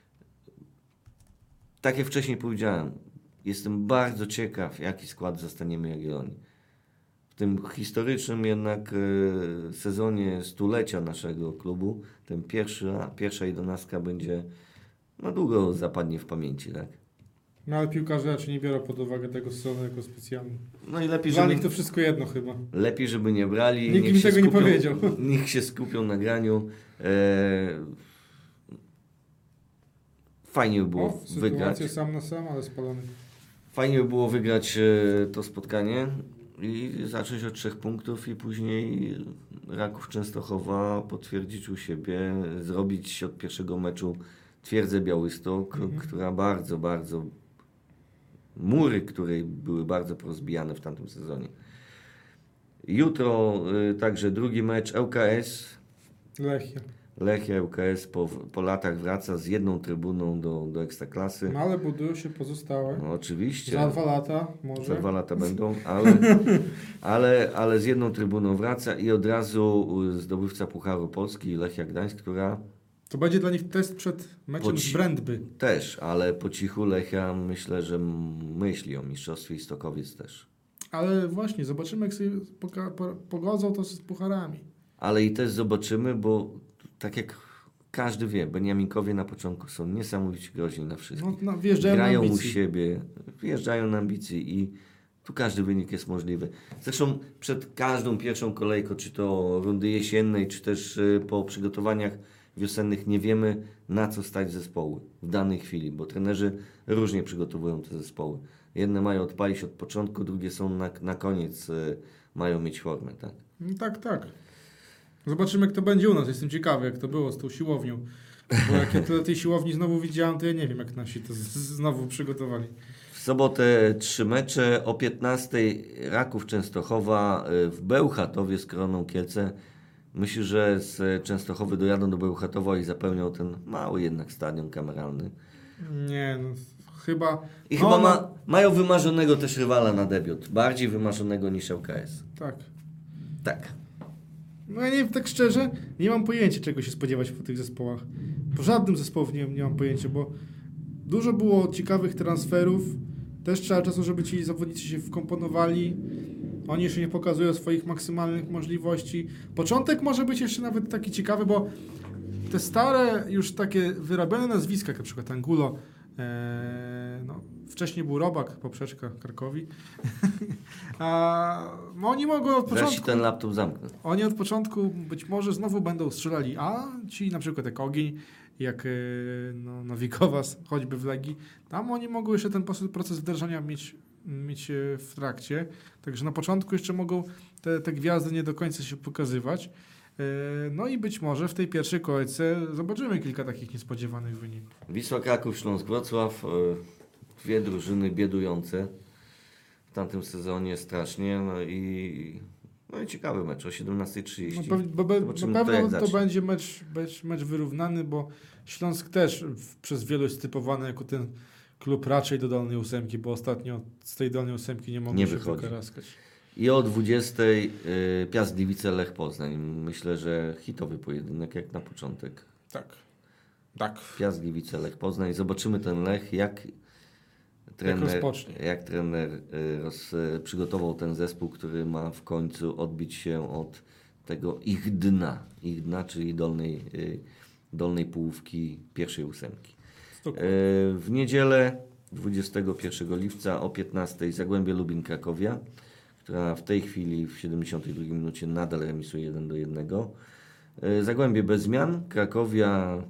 tak jak wcześniej powiedziałem, jestem bardzo ciekaw, jaki skład zastaniemy Jagiellonii. w tym historycznym jednak e, sezonie stulecia naszego klubu, ten pierwszy, pierwsza jedenastka będzie na długo zapadnie w pamięci, tak? No ale piłkarze raczej nie biorą pod uwagę tego sezonu jako specjalny. No i lepiej, Dla żeby, nich to wszystko jedno chyba. lepiej, żeby nie brali. Nikt niech mi się tego nie skupią, powiedział. Niech się skupią na graniu. E, fajnie by było O, wygrać. sytuacja sam na sam, ale spalony. Fajnie by było wygrać e, to spotkanie i zacząć od trzech punktów i później Raków Częstochowa potwierdzić u siebie, zrobić od pierwszego meczu Twierdzę Białystok, Mhm. która bardzo, bardzo mury, której były bardzo porozbijane w tamtym sezonie. Jutro y, także drugi mecz L K S. Lechia. Lechia L K S po, po latach wraca z jedną trybuną do, do Ekstraklasy. No ale budują się pozostałe. No, oczywiście. Za dwa lata może. Za dwa lata będą, ale, ale, ale z jedną trybuną wraca i od razu zdobywca Pucharu Polski Lechia Gdańsk, która To będzie dla nich test przed meczem Poci- z Brandby. też, ale po cichu Lechia myślę, że myśli o mistrzostwie i Stokowiec też. Ale właśnie, zobaczymy jak sobie poka- po- pogodzą to z pucharami. Ale i też zobaczymy, bo tak jak każdy wie, Beniaminkowie na początku są niesamowicie groźni na wszystkich. No, no, wjeżdżają Grają na u ambicji. siebie, wjeżdżają na ambicji i tu każdy wynik jest możliwy. Zresztą przed każdą pierwszą kolejką, czy to rundy jesiennej, czy też y, po przygotowaniach wiosennych nie wiemy, na co stać zespoły w danej chwili, bo trenerzy różnie przygotowują te zespoły. Jedne mają odpalić od początku, drugie są na, na koniec, y, mają mieć formę, tak? No, tak, tak. Zobaczymy jak to będzie u nas. Jestem ciekawy jak to było z tą siłownią. Bo jak ja tyle tej siłowni znowu widziałem, to ja nie wiem jak nasi to z- znowu przygotowali. W sobotę trzy mecze, o piętnastej Raków Częstochowa y, w Bełchatowie z Koroną Kielce. Myślę, że z Częstochowy dojadą do Bełchatowa i zapełnią ten mały jednak stadion kameralny. Nie, no chyba... I no, chyba no, ma, mają wymarzonego też rywala na debiut. Bardziej wymarzonego niż L K S. Tak. Tak. No ja nie tak szczerze, nie mam pojęcia czego się spodziewać po tych zespołach. Po żadnym zespołu nie, nie mam pojęcia, bo dużo było ciekawych transferów. Też trzeba czasu, żeby ci zawodnicy się wkomponowali. Oni jeszcze nie pokazują swoich maksymalnych możliwości. Początek może być jeszcze nawet taki ciekawy, bo te stare, już takie wyrabione nazwiska, jak na przykład Angulo, e, no, wcześniej był Robak, poprzeczka Krakowi. A, no, oni mogą od Zaraz się początku... ten laptop zamknę. Oni od początku być może znowu będą strzelali, a ci na przykład jak Ogień, jak e, no, Nowikowas, choćby w Legii, tam oni mogą jeszcze ten pos- proces wdrażania mieć, mieć e, w trakcie. Także na początku jeszcze mogą te, te gwiazdy nie do końca się pokazywać. E, no i być może w tej pierwszej kolejce zobaczymy kilka takich niespodziewanych wyników. Wisła Kraków, Śląsk Wrocław. y, Dwie drużyny biedujące w tamtym sezonie strasznie. No i, no i ciekawy mecz o siedemnasta No, trzydzieści. pe- bo be- Zobaczymy, na kto jak pewno to zacznie. będzie mecz, mecz, mecz wyrównany, bo Śląsk też w, przez wielu jest typowany jako ten klub raczej do dolnej ósemki, bo ostatnio z tej dolnej ósemki nie mogą Nie się wychodzi. wykaraskać. I o dwudziestej y, Piast Gliwice Lech Poznań. Myślę, że hitowy pojedynek jak na początek. Tak. Tak. Piast Gliwice Lech Poznań. Zobaczymy ten Lech, jak trener, rozpocznie. jak trener y, roz, y, przygotował ten zespół, który ma w końcu odbić się od tego ich dna. Ich dna, czyli dolnej, y, dolnej połówki pierwszej ósemki. Y, w niedzielę dwudziestego pierwszego lipca o piętnastej Zagłębie Lubin Krakowia, która w tej chwili w siedemdziesiątej drugiej minucie nadal remisuje jeden do jednego. Y, Zagłębie bez zmian, Krakowia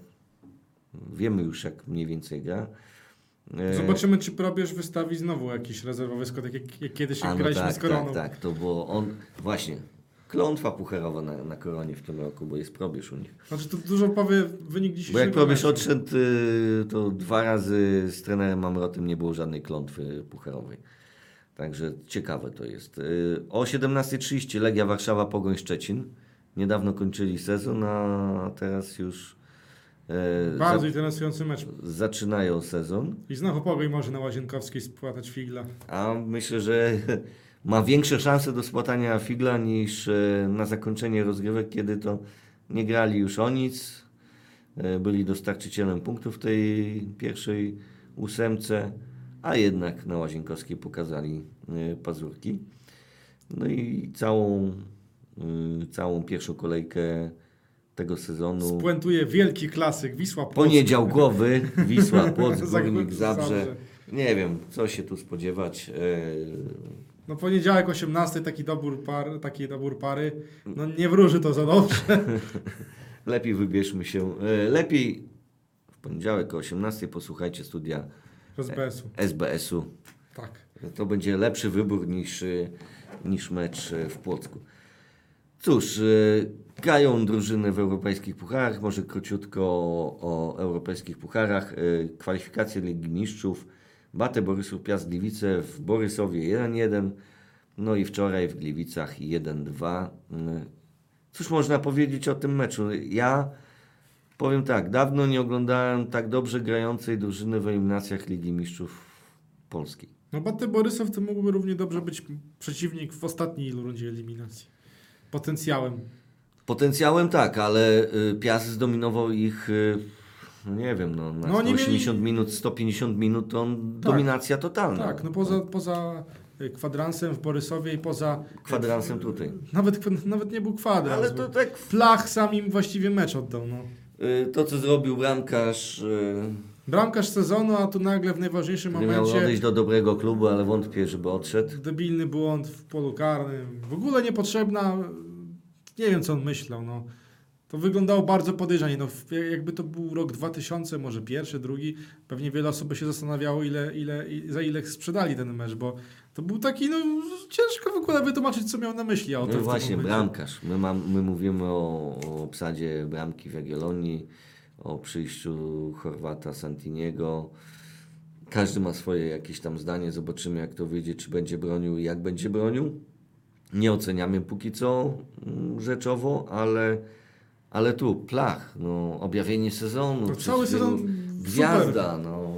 wiemy już jak mniej więcej gra. Y, Zobaczymy, czy Probierz wystawi znowu jakiś rezerwowy skład, jak, jak, jak kiedyś A, jak no graliśmy tak, z Koroną. tak, tak, to było on, właśnie, klątwa pucharowa na, na Koronie w tym roku, bo jest Probierz u nich. Znaczy to dużo powie wynik dzisiejszego Bo jak Probierz meczu. odszedł, y, to dwa razy z trenerem Amrotem nie było żadnej klątwy pucharowej. Także ciekawe to jest. Y, O siedemnasta trzydzieści Legia Warszawa, Pogoń Szczecin. Niedawno kończyli sezon, a teraz już y, Bardzo za, interesujący mecz. zaczynają sezon. I znowu Pogoń może na Łazienkowskiej spłatać figla. A myślę, że ma większe szanse do spłatania figla niż e, na zakończenie rozgrywek, kiedy to nie grali już o nic. E, Byli dostarczycielem punktów w tej pierwszej ósemce, a jednak na Łazienkowskiej pokazali e, pazurki. No i całą, y, całą pierwszą kolejkę tego sezonu. Spuentuje wielki klasyk Wisła Płock. Poniedziałkowy Wisła Płock, Górnik Zagłębie Zabrze. Zabrze. Nie wiem, co się tu spodziewać. E, No poniedziałek osiemnasty, taki dobór, par, taki dobór pary. No nie wróży to za dobrze. Lepiej wybierzmy się. E, lepiej w poniedziałek o osiemnastej posłuchajcie studia Z B S u. S B S u. Tak. To będzie lepszy wybór niż, niż mecz w Płocku. Cóż, y, grają drużyny w europejskich pucharach. Może króciutko o, o europejskich pucharach. Y, kwalifikacje Ligi Mistrzów. Batę Borysów Piast Gliwice w Borysowie jeden jeden. No i wczoraj w Gliwicach jeden dwa. Y, cóż można powiedzieć o tym meczu? Ja powiem tak, dawno nie oglądałem tak dobrze grającej drużyny w eliminacjach Ligi Mistrzów Polskiej. No Batę Borysow to mógłby równie dobrze być przeciwnik w ostatniej rundzie eliminacji. Potencjałem. Potencjałem tak, ale y, Piast zdominował ich, y, no nie wiem, no, na No oni osiemdziesiąt mieli- minut, sto pięćdziesiąt minut to Tak. dominacja totalna. Tak, no poza, poza y, kwadransem w Borysowie i poza... Kwadransem tutaj. Nawet, nawet nie był kwadrans. Ale to bo tak, Flach sam im właściwie mecz oddał. No. y, to co zrobił bramkarz, y, Bramkarz sezonu, a tu nagle w najważniejszym który miał momencie odejść do dobrego klubu, ale wątpię, żeby odszedł. debilny błąd w polu karnym. W ogóle niepotrzebna. Nie wiem, co on myślał. No. To wyglądało bardzo podejrzanie. No, jakby to był rok dwa tysiące, może pierwszy, drugi, pewnie wiele osób by się zastanawiało, ile, ile, za ile sprzedali ten mecz, bo to był taki, no ciężko w ogóle wytłumaczyć, co miał na myśli. No właśnie, bramkarz. My, mam, my mówimy o, o obsadzie bramki w Jagiellonii, o przyjściu Chorwata Santiniego. Każdy ma swoje jakieś tam zdanie. Zobaczymy, jak to wyjdzie, czy będzie bronił i jak będzie bronił. Nie oceniamy póki co mm, rzeczowo, ale, ale tu Plach, no, objawienie sezonu. To przez cały wielu- sezon Gwiazda, no.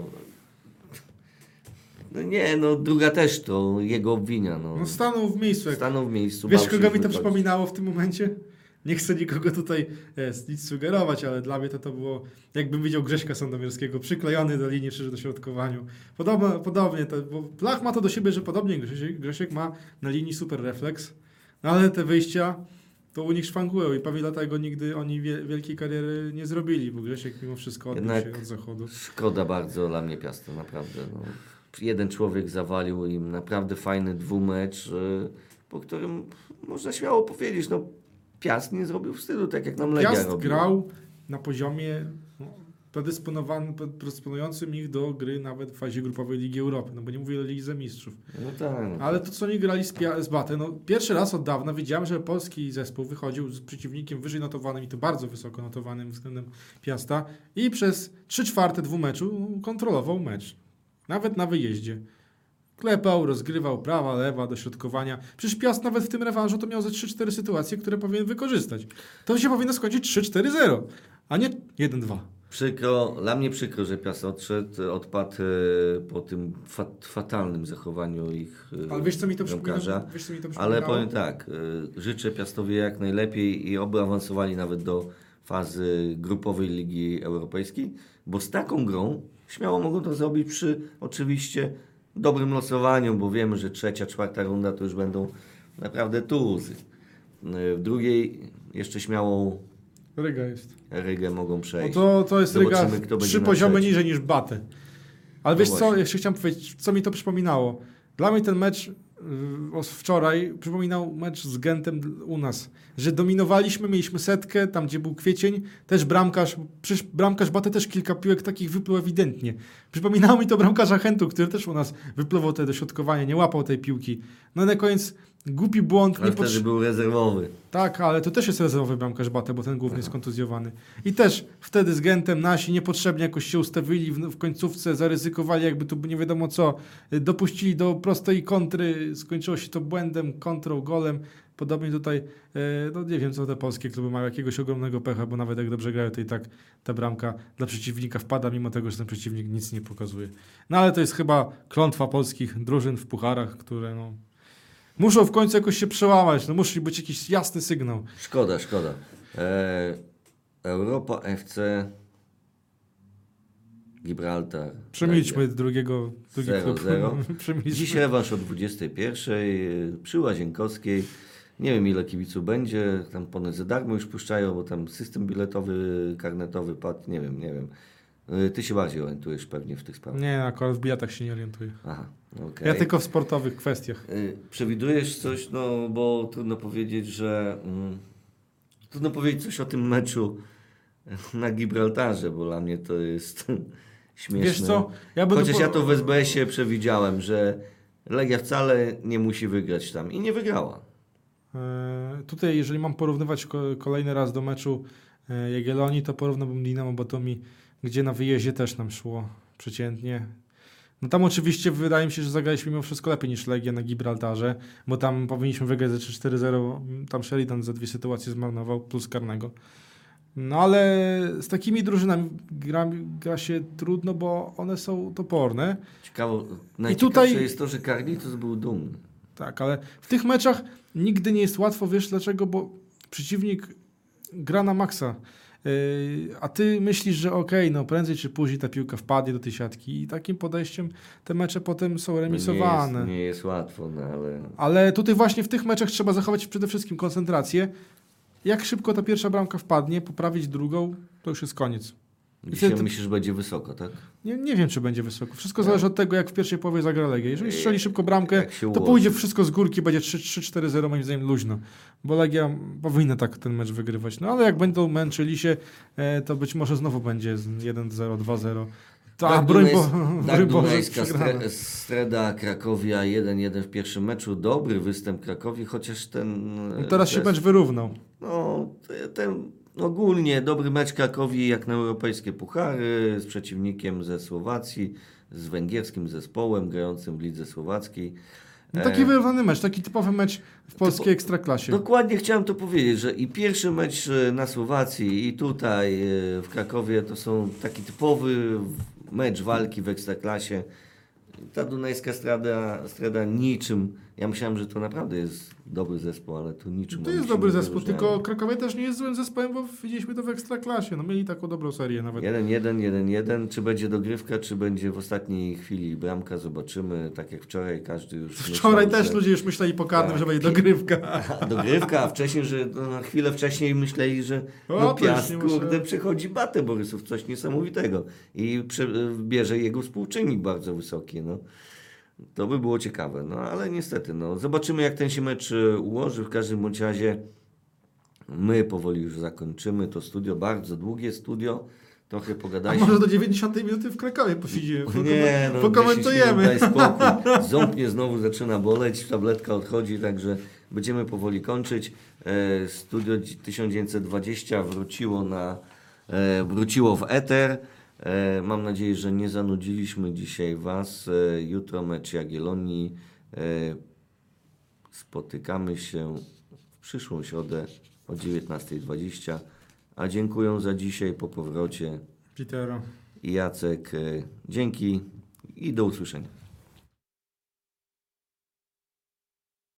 No nie, no druga też to jego obwinia. No. No stanął w miejscu. Jak... Stanął w miejscu. Wiesz, bał się kogo mi to wychodzić. przypominało w tym momencie? Nie chcę nikogo tutaj jest, nic sugerować, ale dla mnie to, to było, jakbym widział Grześka Sandomierskiego, przyklejony do linii przy dośrodkowaniu. Podobno, podobnie, to, bo Plach ma to do siebie, że podobnie Grzesiek, Grzesiek ma na linii super refleks, no ale te wyjścia to u nich szwankują i pewnie dlatego nigdy oni wie, wielkiej kariery nie zrobili, bo Grzesiek mimo wszystko odbił Jednak się od zachodu. Szkoda bardzo dla mnie Piasta, naprawdę. No. Jeden człowiek zawalił im naprawdę fajny dwumecz, y, po którym można śmiało powiedzieć, no Piast nie zrobił wstydu, tak jak nam Legia Piast robiła. grał na poziomie no, predysponowany, predysponującym ich do gry nawet w fazie grupowej Ligi Europy, no bo nie mówię o Lidze Mistrzów. No tak. No. Ale to, co oni grali z, Pia- z Batę, no pierwszy raz od dawna widziałem, że polski zespół wychodził z przeciwnikiem wyżej notowanym i to bardzo wysoko notowanym względem Piasta i przez trzy czwarte dwumeczu kontrolował mecz. Nawet na wyjeździe. Klepał, rozgrywał prawa, lewa, dośrodkowania. Przecież Piast nawet w tym rewanżu to miał ze trzy cztery sytuacje, które powinien wykorzystać. To się powinno skończyć trzy cztery zero, a nie jeden dwa. Przykro, dla mnie przykro, że Piast odszedł, odpadł e, po tym fat, fatalnym zachowaniu ich e, Ale wiesz, co mi to bramkarza. przypomina? Wiesz, co mi to przypominało? Ale powiem tak, e, życzę Piastowi jak najlepiej i oby awansowali nawet do fazy grupowej Ligi Europejskiej, bo z taką grą śmiało mogą to zrobić przy oczywiście dobrym losowaniu, bo wiemy, że trzecia, czwarta runda to już będą naprawdę tuzy. E, W drugiej jeszcze śmiało Ryga jest. Rygę mogą No przejść. to, to jest Ryga Zobaczymy, kto będzie trzy na poziomy trzecim. niżej niż Batę. Ale No wiesz co, właśnie. jeszcze chciałem powiedzieć, co mi to przypominało. Dla mnie ten mecz yy, wczoraj przypominał mecz z Gentem u nas, że dominowaliśmy, mieliśmy setkę, tam gdzie był Kwiecień, też bramkarz, przecież bramkarz Batę też kilka piłek takich wypluł ewidentnie. Przypominało mi to bramkarza Chentu, który też u nas wypluwał te dośrodkowania, nie łapał tej piłki. No na koniec głupi błąd. Ale nie wtedy potrze- był rezerwowy. Tak, ale to też jest rezerwowy bramkarz Batę, bo ten główny jest kontuzjowany. I też wtedy z Gentem nasi niepotrzebnie jakoś się ustawili w, w końcówce, zaryzykowali jakby tu nie wiadomo co. Dopuścili do prostej kontry, skończyło się to błędem, kontrą, golem. Podobnie tutaj, e, no nie wiem co te polskie kluby mają, jakiegoś ogromnego pecha, bo nawet jak dobrze grają, to i tak ta bramka dla przeciwnika wpada, mimo tego, że ten przeciwnik nic nie pokazuje. No ale to jest chyba klątwa polskich drużyn w pucharach, które no... Muszą w końcu jakoś się przełamać, no musi być jakiś jasny sygnał. Szkoda, szkoda. E, Europa F C Gibraltar. Przemilczmy drugiego, drugi zero klub. zero. Przemilczmy. Dziś rewanż o dwudziestej pierwszej przy Łazienkowskiej. Nie wiem ile kibiców będzie, tam ponoć za darmo już puszczają, bo tam system biletowy, karnetowy padł, nie wiem, nie wiem. Ty się bardziej orientujesz pewnie w tych sprawach. Nie, akurat w biletach się nie orientuję. Aha, okej. Ja tylko w sportowych kwestiach. Y, Przewidujesz coś, no bo trudno powiedzieć, że... Mm, trudno powiedzieć coś o tym meczu na Gibraltarze, bo dla mnie to jest śmieszne. Wiesz co? Ja bym Chociaż do... ja to w S B S-ie przewidziałem, że Legia wcale nie musi wygrać tam i nie wygrała. E, Tutaj, jeżeli mam porównywać ko- kolejny raz do meczu e, Jagiellonii, to porównałbym Dinamo Batumi, gdzie na wyjeździe też nam szło przeciętnie. No tam oczywiście wydaje mi się, że zagraliśmy mimo wszystko lepiej niż Legia na Gibraltarze, bo tam powinniśmy wygrać ze trzy cztery zero. Tam Sheridan za dwie sytuacje zmarnował, plus karnego. No ale z takimi drużynami gra, gra się trudno, bo one są toporne. Ciekawo, najciekawsze tutaj- jest to, że Carlitos był dumny. Tak, ale w tych meczach nigdy nie jest łatwo, wiesz dlaczego? Bo przeciwnik gra na maksa, yy, a ty myślisz, że okej, no prędzej czy później ta piłka wpadnie do tej siatki i takim podejściem te mecze potem są remisowane. No nie, jest, nie jest łatwo, no ale... Ale tutaj właśnie w tych meczach trzeba zachować przede wszystkim koncentrację. Jak szybko ta pierwsza bramka wpadnie, poprawić drugą, to już jest koniec. Dzisiaj to- myślisz, że będzie wysoko, tak? Nie, nie wiem, czy będzie wysoko. Wszystko Ja- zależy od tego, jak w pierwszej połowie zagra Legia. Jeżeli strzeli szybko bramkę, Jak się to ułoży. pójdzie wszystko z górki, będzie trzy cztery zero, moim zdaniem luźno. Bo Legia powinna tak ten mecz wygrywać. No ale jak będą męczyli się, e, to być może znowu będzie z jeden zero, dwa zero. To, a, Tak, broń, bo, Dunajs- broń tak, Boże, Dunajska przegrana. stre, Streda Krakowia jeden jeden w pierwszym meczu. Dobry występ Krakowi, chociaż ten... I teraz się test- mecz wyrównał. No, te- ten ogólnie dobry mecz Krakowi jak na europejskie puchary z przeciwnikiem ze Słowacji, z węgierskim zespołem grającym w lidze słowackiej. No, E, taki wyrównany mecz, taki typowy mecz w polskiej ekstraklasie. Dokładnie chciałem to powiedzieć, że i pierwszy mecz e, na Słowacji i tutaj e, w Krakowie to są taki typowy mecz walki w ekstraklasie. Ta dunajska strada, strada niczym, ja myślałem, że to naprawdę jest dobry zespół, ale tu niczym. To oni jest się dobry nie zespół, wyróżniają. tylko Krakowie też nie jest złym zespołem, bo widzieliśmy to w ekstraklasie. No mieli taką dobrą serię nawet. jeden jeden, jeden jeden. Czy będzie dogrywka, czy będzie w ostatniej chwili bramka, zobaczymy. Tak jak wczoraj, każdy już Wczoraj myślał, też że... ludzie już myśleli po karnym, Tak. że będzie dogrywka. A, dogrywka, a wcześniej, że no, na chwilę wcześniej myśleli, że O, no to już Piast, nie muszę- kurde, przechodzi batę Borysów, coś niesamowitego. I prze, bierze jego współczynnik bardzo wysoki, no. To by było ciekawe, no ale niestety, no. Zobaczymy jak ten się mecz e, ułoży. W każdym bądź razie my powoli już zakończymy to studio, bardzo długie studio. Trochę A pogadaliśmy. może do dziewięćdziesiątej minuty w Krakowie posiedzimy, pokome- Nie, no, pokomentujemy. dziesięć minut, daj spokój. Ząb mnie znowu zaczyna boleć, tabletka odchodzi, także będziemy powoli kończyć. E, Studio tysiąc dziewięćset dwadzieścia wróciło, na, e, wróciło w eter. E, mam nadzieję, że nie zanudziliśmy dzisiaj Was. E, jutro mecz Jagiellonii. E, spotykamy się w przyszłą środę o dziewiętnasta dwadzieścia. A dziękuję za dzisiaj po powrocie. Pitero. I Jacek, e, dzięki i do usłyszenia.